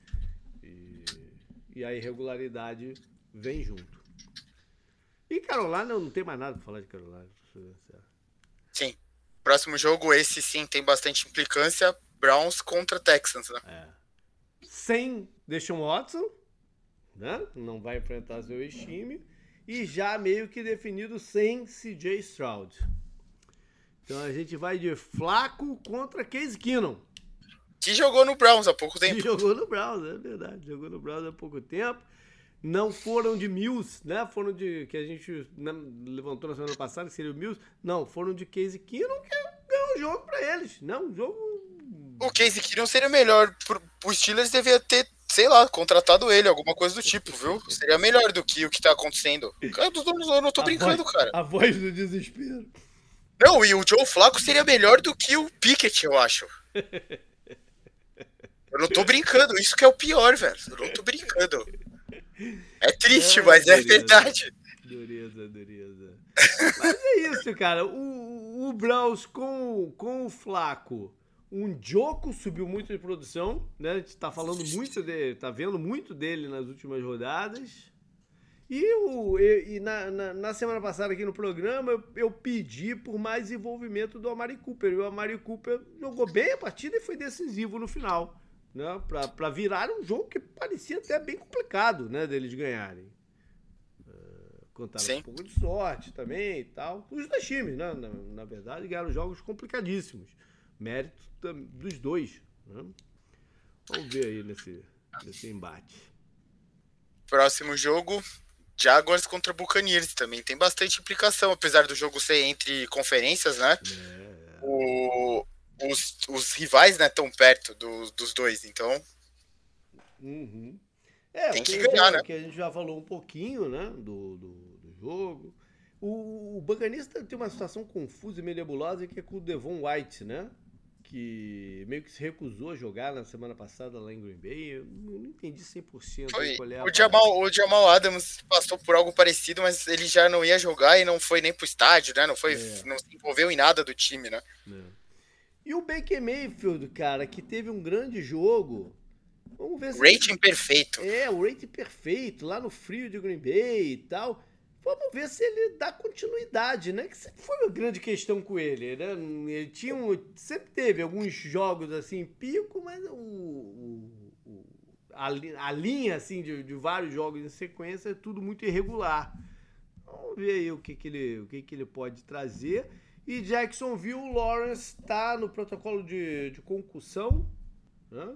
e a irregularidade vem junto. E Carolina, não tem mais nada para falar de Carolina. Sim. Próximo jogo, esse sim tem bastante implicância. Browns contra Texans, né? Sem Deshaun Watson, né? Não vai enfrentar seu ex-time. E já meio que definido sem CJ Stroud. Então a gente vai de Flacco contra Case Keenum. Que jogou no Browns há pouco tempo. Que jogou no Browns, é verdade. Jogou no Browns há pouco tempo. Não foram de Mills, né? Foram de... Que a gente levantou na semana passada, que seria o Mills. Não, foram de Case Keenum, que ganhou o jogo pra eles. Não, um jogo... O Case Keenum seria melhor. O Steelers devia ter, sei lá, contratado ele, alguma coisa do tipo, viu? Seria melhor do que o que tá acontecendo. Eu não tô brincando, cara. A voz do desespero. Não, e o Joe Flacco seria melhor do que o Pickett, eu acho. Eu não tô brincando, isso que é o pior, velho. Eu não tô brincando. É triste, mas é verdade. Dureza. Mas é isso, cara. O Browns com o Flaco. Um Joko subiu muito de produção, né? A gente tá falando muito dele, tá vendo muito dele nas últimas rodadas. E na semana passada aqui no programa eu pedi por mais envolvimento do Amari Cooper. E o Amari Cooper jogou bem a partida e foi decisivo no final, né? Pra virar um jogo que parecia até bem complicado, né? Deles ganharem. Contaram com um pouco de sorte também e tal. Os dois times, né? Na verdade, ganharam jogos complicadíssimos. Mérito dos dois, né? Vamos ver aí nesse embate. Próximo jogo, Jaguars contra Buccaneers. Também tem bastante implicação, apesar do jogo ser entre conferências, né? Os rivais, né, estão perto dos dois, então tem que ganhar, né? Que a gente já falou um pouquinho, né, do jogo. O Buccaneers tem uma situação confusa e meio nebulosa que é com o Devon White, né? Que meio que se recusou a jogar na semana passada lá em Green Bay. Eu não entendi 100% qual é o Jamal Adams passou por algo parecido, mas ele já não ia jogar e não foi nem pro estádio, né? Não se envolveu em nada do time, né? E o Baker Mayfield, cara, que teve um grande jogo. Vamos ver se... Rating perfeito. O rating perfeito, lá no frio de Green Bay e tal. Vamos ver se ele dá continuidade, né? Que sempre foi uma grande questão com ele, né? Ele sempre teve alguns jogos assim, pico, mas a linha assim, de vários jogos em sequência é tudo muito irregular. Vamos ver aí o que ele pode trazer. E Jacksonville, o Lawrence está no protocolo de concussão, né?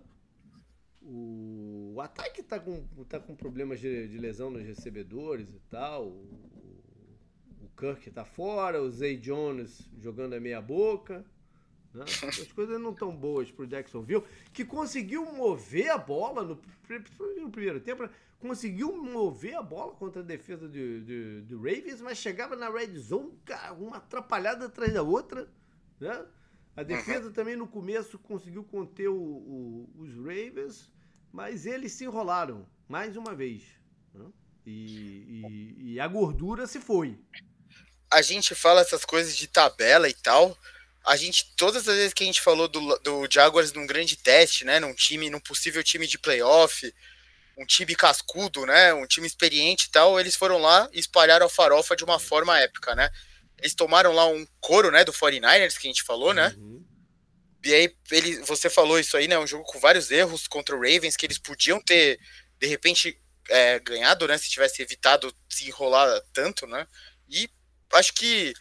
O ataque tá com problemas de lesão nos recebedores e tal. O Kirk tá fora, o Zay Jones jogando a meia boca, né? As coisas não tão boas pro Jacksonville, que conseguiu mover a bola no primeiro tempo, conseguiu mover a bola contra a defesa do Ravens, mas chegava na red zone, cara, uma atrapalhada atrás da outra, né? A defesa também no começo conseguiu conter os Ravens, mas eles se enrolaram mais uma vez, né? E a gordura se foi. A gente fala essas coisas de tabela e tal. Todas as vezes que a gente falou do Jaguars num grande teste, né? Num possível time de playoff, um time cascudo, né? Um time experiente e tal, eles foram lá e espalharam a farofa de uma forma épica, né? Eles tomaram lá um couro, né, do 49ers, que a gente falou, né? E aí, você falou isso aí, né? Um jogo com vários erros contra o Ravens, que eles podiam ter, de repente, ganhado, né? Se tivesse evitado se enrolar tanto, né? E acho que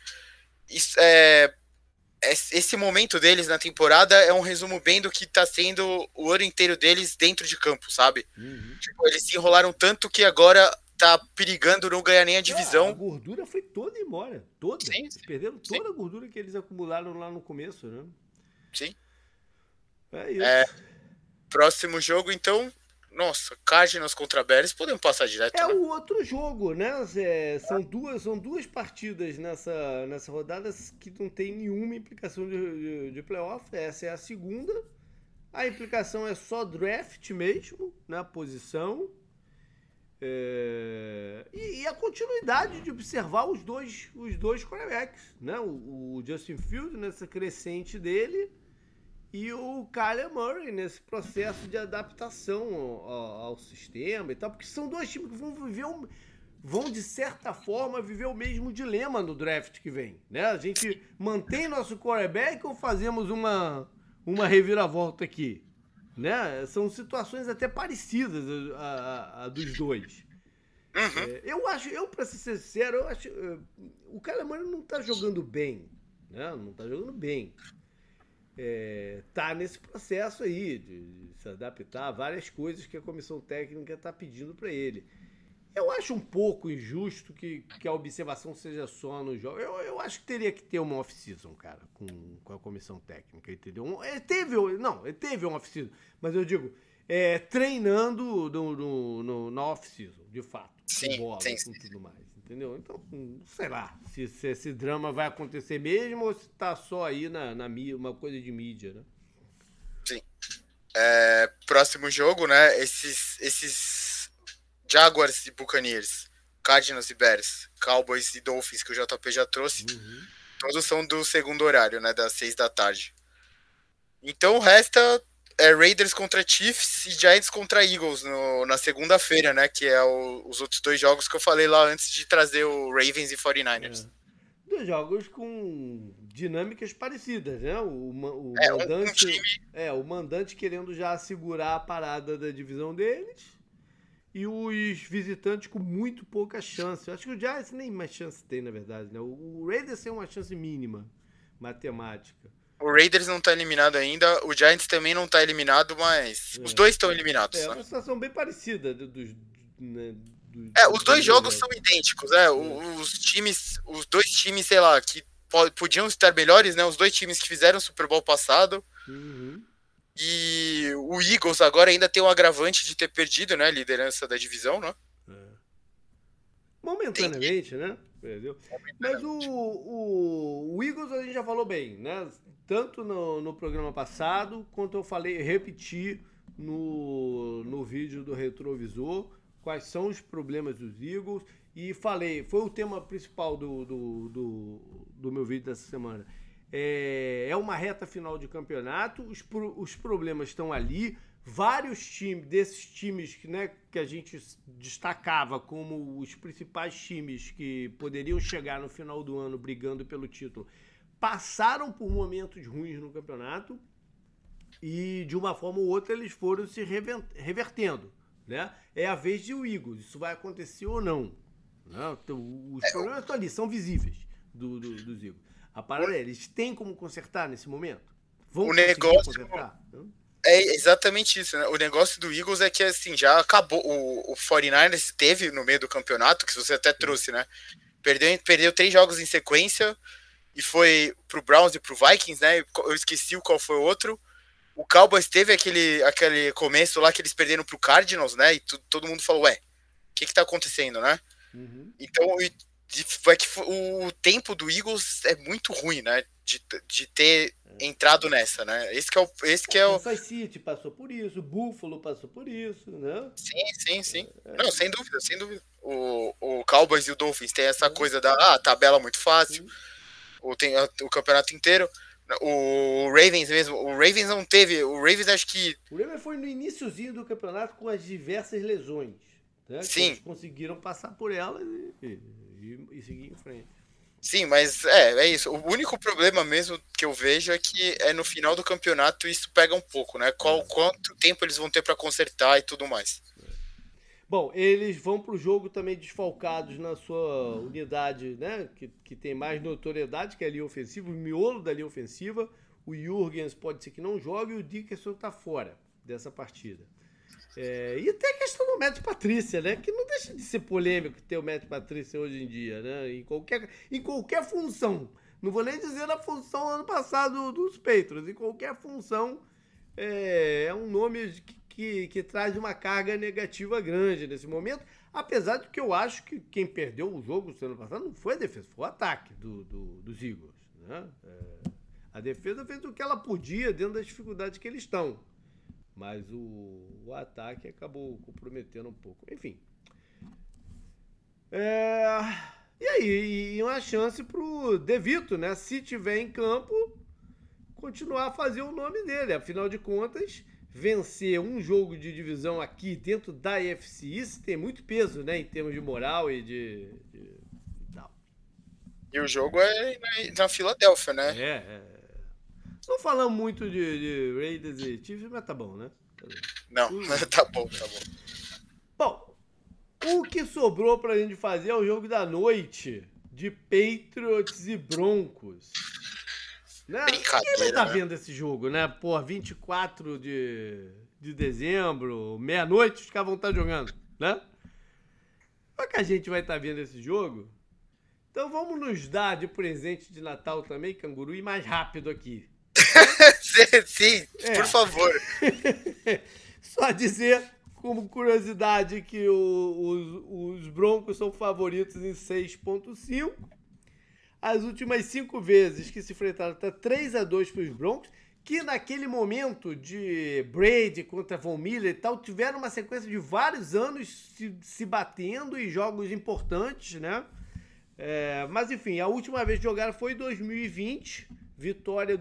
esse momento deles na temporada é um resumo bem do que tá sendo o ano inteiro deles dentro de campo, sabe? Tipo, eles se enrolaram tanto que agora tá perigando não ganhar nem a divisão. A gordura foi toda embora. Toda. Sim, eles perderam toda a gordura que eles acumularam lá no começo, né? Sim. É isso. Próximo jogo, então. Nossa, Cardinals contra Bears, podemos passar direto. É, né? O outro jogo, né? São duas partidas nessa rodada que não tem nenhuma implicação de playoff. Essa é a segunda. A implicação é só draft mesmo, né? Posição. E a continuidade de observar os dois quarterbacks, né? O Justin Fields nessa crescente dele e o Kyler Murray nesse processo de adaptação ao sistema e tal, porque são dois times que vão de certa forma viver o mesmo dilema no draft que vem, né? A gente mantém nosso quarterback ou fazemos uma reviravolta aqui, né? São situações até parecidas a dos dois. Eu pra ser sincero, o Kyler Murray não tá jogando bem, né? Não tá jogando bem. Tá nesse processo aí de se adaptar a várias coisas que a comissão técnica tá pedindo para ele. Eu acho um pouco injusto que a observação seja só no jogo. Eu acho que teria que ter uma off-season, cara, com a comissão técnica, entendeu? Ele teve uma off-season, mas eu digo, treinando na off-season, de fato, com bola, com tudo mais, entendeu? Então, sei lá, se esse drama vai acontecer mesmo ou se tá só aí uma coisa de mídia, né? Sim. Próximo jogo, né? Esses Jaguars e Buccaneers, Cardinals e Bears, Cowboys e Dolphins, que o JP já trouxe, todos são do segundo horário, né? Das 6 da tarde. Então resta Raiders contra Chiefs e Giants contra Eagles na segunda-feira, né? Que é os outros 2 jogos que eu falei lá antes de trazer o Ravens e 49ers. 2 jogos com dinâmicas parecidas, né? O mandante querendo já segurar a parada da divisão deles e os visitantes com muito pouca chance. Eu acho que o Giants nem mais chance tem, na verdade, né? O Raiders tem uma chance mínima matemática. O Raiders não tá eliminado ainda, o Giants também não tá eliminado, mas os dois estão eliminados. É uma situação bem parecida dos os 2 jogos são idênticos, os 2 times, sei lá, que podiam estar melhores, né? Os 2 times que fizeram o Super Bowl passado. E o Eagles agora ainda tem um agravante de ter perdido, né? A liderança da divisão, né? Momentaneamente, né? Entendeu? Mas o Eagles a gente já falou bem, né? Tanto no programa passado, quanto eu repeti no vídeo do retrovisor, quais são os problemas dos Eagles, e falei, foi o tema principal do meu vídeo dessa semana. É uma reta final de campeonato, os problemas estão ali, vários desses times que a gente destacava como os principais times que poderiam chegar no final do ano brigando pelo título, passaram por momentos ruins no campeonato e de uma forma ou outra eles foram se revertendo, né? É a vez de o Eagles, isso vai acontecer ou não, né? Então, os problemas estão ali, são visíveis dos Eagles. A parada eles têm como consertar nesse momento? Vão conseguir consertar? É exatamente isso, né? O negócio do Eagles é que, assim, já acabou. O 49ers teve no meio do campeonato, que você até trouxe, né? Perdeu 3 jogos em sequência e foi pro Browns e pro Vikings, né? Eu esqueci qual foi o outro. O Cowboys teve aquele começo lá que eles perderam pro Cardinals, né? E todo mundo falou, o que tá acontecendo, né? Então, o tempo do Eagles é muito ruim, né? De ter entrado nessa, né? Esse que é o Kansas City passou por isso, o Buffalo passou por isso, né? Sim. Não, sem dúvida. O Cowboys e o Dolphins tem essa coisa da tabela muito fácil, tem o campeonato inteiro. O Ravens mesmo, o Ravens não teve, o Ravens acho que... O Ravens foi no iniciozinho do campeonato com as diversas lesões, né? Sim. Eles conseguiram passar por elas e seguir em frente. Sim, mas é isso. O único problema mesmo que eu vejo é que no final do campeonato isso pega um pouco, né? Quanto tempo eles vão ter para consertar e tudo mais. Bom, eles vão para o jogo também desfalcados na sua unidade, né? Que tem mais notoriedade, que é a linha ofensiva, o miolo da linha ofensiva. O Jurgens pode ser que não jogue e o Dickerson está fora dessa partida. E até a questão do Matt Patricia, né? Que não deixa de ser polêmico ter o Matt Patricia hoje em dia, né? Em qualquer função. Não vou nem dizer na função ano passado dos Patriots. Em qualquer função, é um nome que traz uma carga negativa grande nesse momento. Apesar de que eu acho que quem perdeu o jogo no ano passado não foi a defesa, foi o ataque dos Eagles, né? A defesa fez o que ela podia dentro das dificuldades que eles estão. Mas o ataque acabou comprometendo um pouco. Enfim. E aí, uma chance pro DeVito, né? Se tiver em campo, continuar a fazer o nome dele. Afinal de contas, vencer um jogo de divisão aqui dentro da AFC, isso tem muito peso, né? Em termos de moral e de tal. E o jogo é na Filadélfia, né? Não falamos muito de Raiders e Chiefs, mas tá bom, né? Não, tá bom. Bom, o que sobrou pra gente fazer é o jogo da noite de Patriots e Broncos. Né? Brincadeira, Quem vai tá vendo esse jogo, né? Pô, 24 de dezembro, meia-noite, os caras vão estar jogando, né? Como é que a gente vai estar vendo esse jogo? Então vamos nos dar de presente de Natal também, Canguru, e mais rápido aqui. Sim, por favor. Só dizer, como curiosidade, que os Broncos são favoritos em 6,5. As últimas 5 vezes que se enfrentaram, tá 3-2 para os Broncos, que naquele momento de Brady contra Von Miller e tal, tiveram uma sequência de vários anos se batendo em jogos importantes, né? Mas enfim, a última vez que jogaram foi em 2020, vitória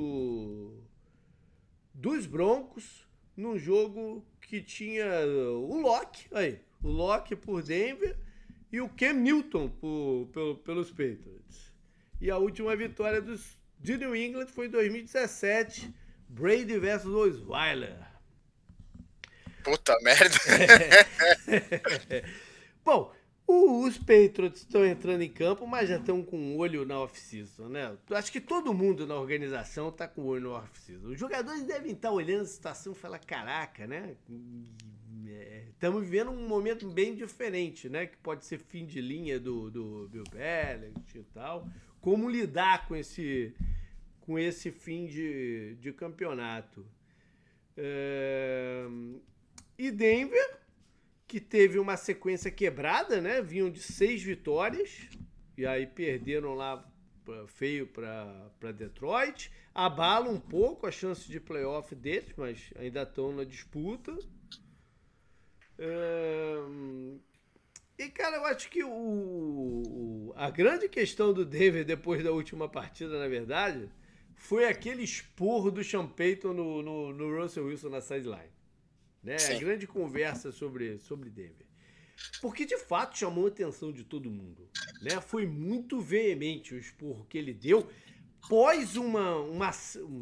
dos Broncos, num jogo que tinha o Locke por Denver e o Cam Newton pelos Patriots. E a última vitória de New England foi em 2017, Brady versus Osweiler. Puta merda. Bom, os Patriots estão entrando em campo, mas já estão com um olho na off-season, né? Acho que todo mundo na organização está com o olho na off-season. Os jogadores devem estar olhando a situação e falar, caraca, né? Estamos vivendo um momento bem diferente, né? Que pode ser fim de linha do Bill Belichick e tal. Como lidar com esse fim de campeonato. E Denver, que teve uma sequência quebrada, né? Vinham de 6 vitórias e aí perderam lá feio para Detroit. Abala um pouco a chance de playoff deles, mas ainda estão na disputa. E, cara, eu acho que a grande questão do Denver depois da última partida, na verdade, foi aquele esporro do Sean Payton no Russell Wilson na sideline. Né? A grande conversa sobre Denver. Porque, de fato, chamou a atenção de todo mundo. Né? Foi muito veemente o esporro que ele deu pós uma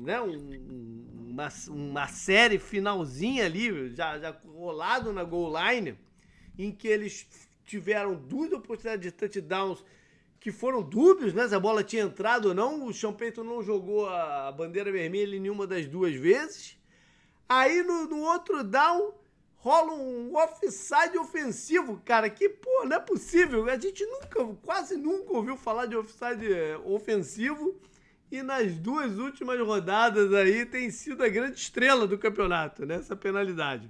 série finalzinha ali, já rolado na goal line, em que eles tiveram 2 oportunidades de touchdowns que foram dúbios, né? Se a bola tinha entrado ou não. O Sean Payton não jogou a bandeira vermelha em nenhuma das 2 vezes. Aí no outro down rola um offside ofensivo, cara, que, pô, não é possível. A gente quase nunca ouviu falar de offside ofensivo. E nas 2 últimas rodadas aí tem sido a grande estrela do campeonato, né? Essa penalidade.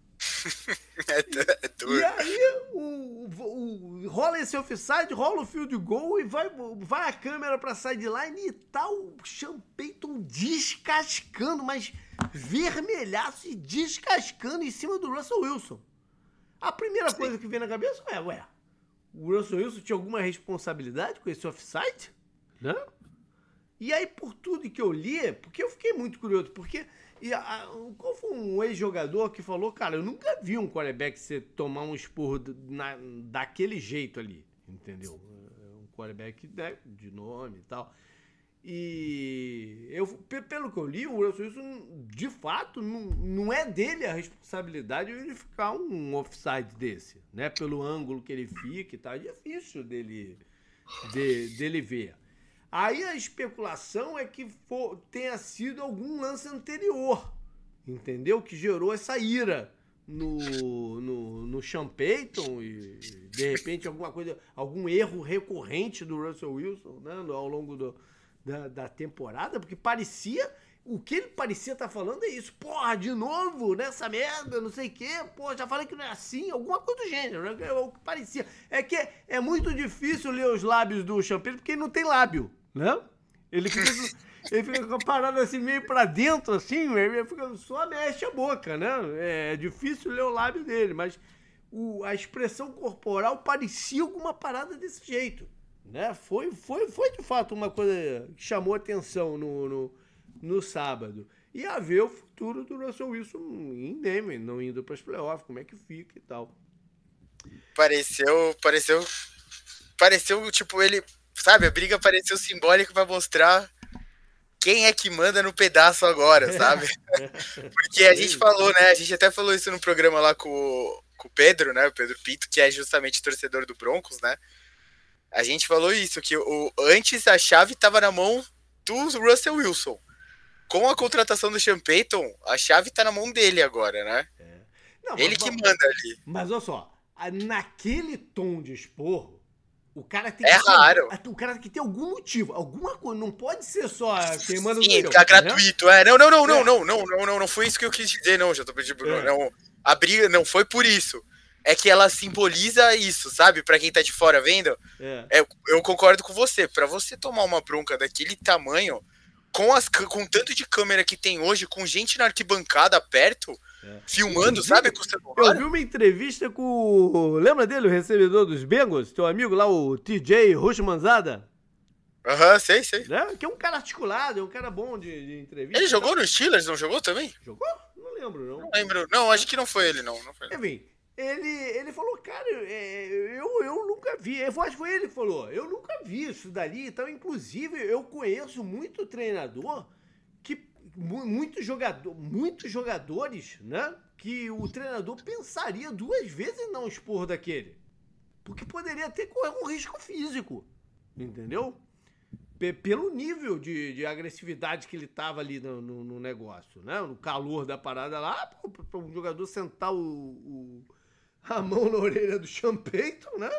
E aí rola esse offside, rola o field goal e vai a câmera pra sideline e tá o Sean Payton descascando, mas vermelhaço e descascando em cima do Russell Wilson. A primeira coisa que vem na cabeça é, o Russell Wilson tinha alguma responsabilidade com esse offside? Né? E aí, por tudo que eu li, porque eu fiquei muito curioso, porque qual foi um ex-jogador que falou, cara, eu nunca vi um quarterback tomar um esporro daquele jeito ali, entendeu? Um quarterback, né, de nome e tal. E pelo que eu li, o Russell Wilson, de fato, não é dele a responsabilidade de verificar um offside desse, né? Pelo ângulo que ele fica e tal, é difícil dele ver. Aí a especulação é que tenha sido algum lance anterior, entendeu? Que gerou essa ira no Sean Payton e, de repente, algum erro recorrente do Russell Wilson, né, ao longo da temporada, porque o que ele parecia estar falando é isso. Porra, de novo, nessa merda, não sei o quê. Porra, já falei que não é assim, alguma coisa do gênero, né? É o que parecia. É que é muito difícil ler os lábios do Sean Payton, porque ele não tem lábio. Né? Ele fica com a parada assim meio pra dentro, assim, ele só mexe a boca, né? É difícil ler o lábio dele, mas a expressão corporal parecia alguma parada desse jeito, né? Foi de fato uma coisa que chamou atenção no sábado. E a ver o futuro do Russell Wilson em Denver, não indo para as playoffs, como é que fica e tal. Pareceu, tipo, ele... Sabe, a briga pareceu simbólica pra mostrar quem é que manda no pedaço agora, sabe? Porque a gente falou, né? A gente até falou isso no programa lá com o Pedro, né? O Pedro Pinto, que é justamente torcedor do Broncos, né? A gente falou isso, que antes a chave tava na mão do Russell Wilson. Com a contratação do Sean Payton, a chave tá na mão dele agora, né? Não, ele que manda ali. Mas olha só, naquele tom de esporro, o cara tem raro. O cara tem que ter algum motivo, alguma coisa. Não pode ser só quem manda. Sim, ficar gratuito. Não foi isso que eu quis dizer, não. Já tô pedindo. Não, a briga não foi por isso. É que ela simboliza isso, sabe? Pra quem tá de fora vendo. Eu concordo com você. Pra você tomar uma bronca daquele tamanho, com tanto de câmera que tem hoje, com gente na arquibancada perto, filmando, sabe? Com o celular. Eu vi uma entrevista com lembra dele, o recebedor dos Bengals? Teu amigo lá, o TJ Houshmandzadeh? Aham, sei. Né? Que é um cara articulado, é um cara bom de entrevista. Ele jogou nos Steelers, não jogou também? Jogou? Não lembro, não. Não lembro. Não, acho que não foi ele, não. Enfim, ele falou, cara, eu nunca vi. Eu acho que foi ele que falou. Eu nunca vi isso dali. Então, inclusive, eu conheço muito treinador que. Muitos jogadores, né? Que o treinador pensaria 2 vezes em não expor daquele. Porque poderia até correr um risco físico. Entendeu? Pelo nível de agressividade que ele tava ali no negócio, né? No calor da parada lá, para um jogador sentar a mão na orelha do Sean Payton, né?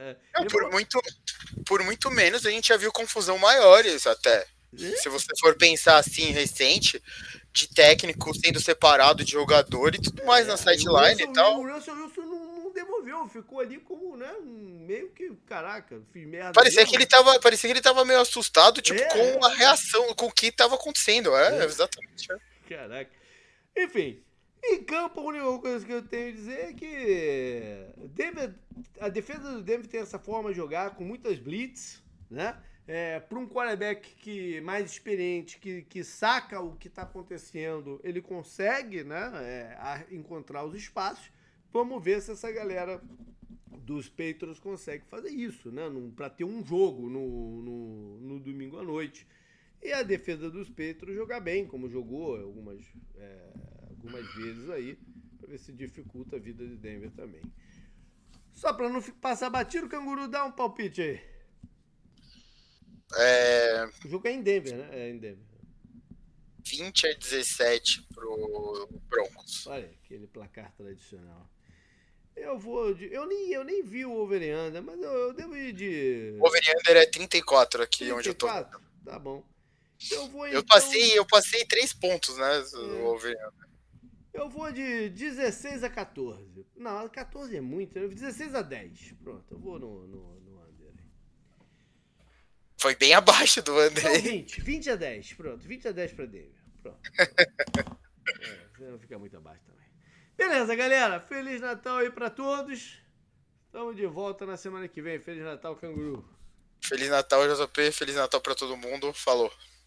Por muito menos a gente já viu confusão maiores até. Se você for pensar assim, recente, de técnico sendo separado de jogador e tudo mais na sideline e tal. O Russell Wilson não devolveu, ficou ali como, né? Meio que, caraca, fiz merda. Parecia que ele tava meio assustado, tipo, com a reação, com o que tava acontecendo. Exatamente. Caraca. Enfim, em campo, a única coisa que eu tenho a dizer é que a defesa do Denver tem essa forma de jogar com muitas blitz, né? Para um quarterback mais experiente, que saca o que está acontecendo, ele consegue, né, encontrar os espaços. Vamos ver se essa galera dos Patriots consegue fazer isso, né, para ter um jogo no domingo à noite. E a defesa dos Patriots jogar bem, como jogou algumas vezes aí, para ver se dificulta a vida de Denver também. Só para não passar batido, Canguru, dá um palpite aí. O jogo é em Denver, né? É em Denver. 20-17 pro Broncos. Olha, aquele placar tradicional. Eu nem vi o over and under, mas eu devo ir de... O over and under é 34 aqui 34? Onde eu tô. Tá bom. Eu passei 3 pontos, né? O over and under. Eu vou de 16-14. Não, 14 é muito. 16-10. Pronto, eu vou no under. Foi bem abaixo do under. Não, 20-10. Pronto, 20-10 pra Denver. Pronto. Não fica muito abaixo também. Beleza, galera. Feliz Natal aí pra todos. Estamos de volta na semana que vem. Feliz Natal, Canguru. Feliz Natal, JP. Feliz Natal pra todo mundo. Falou.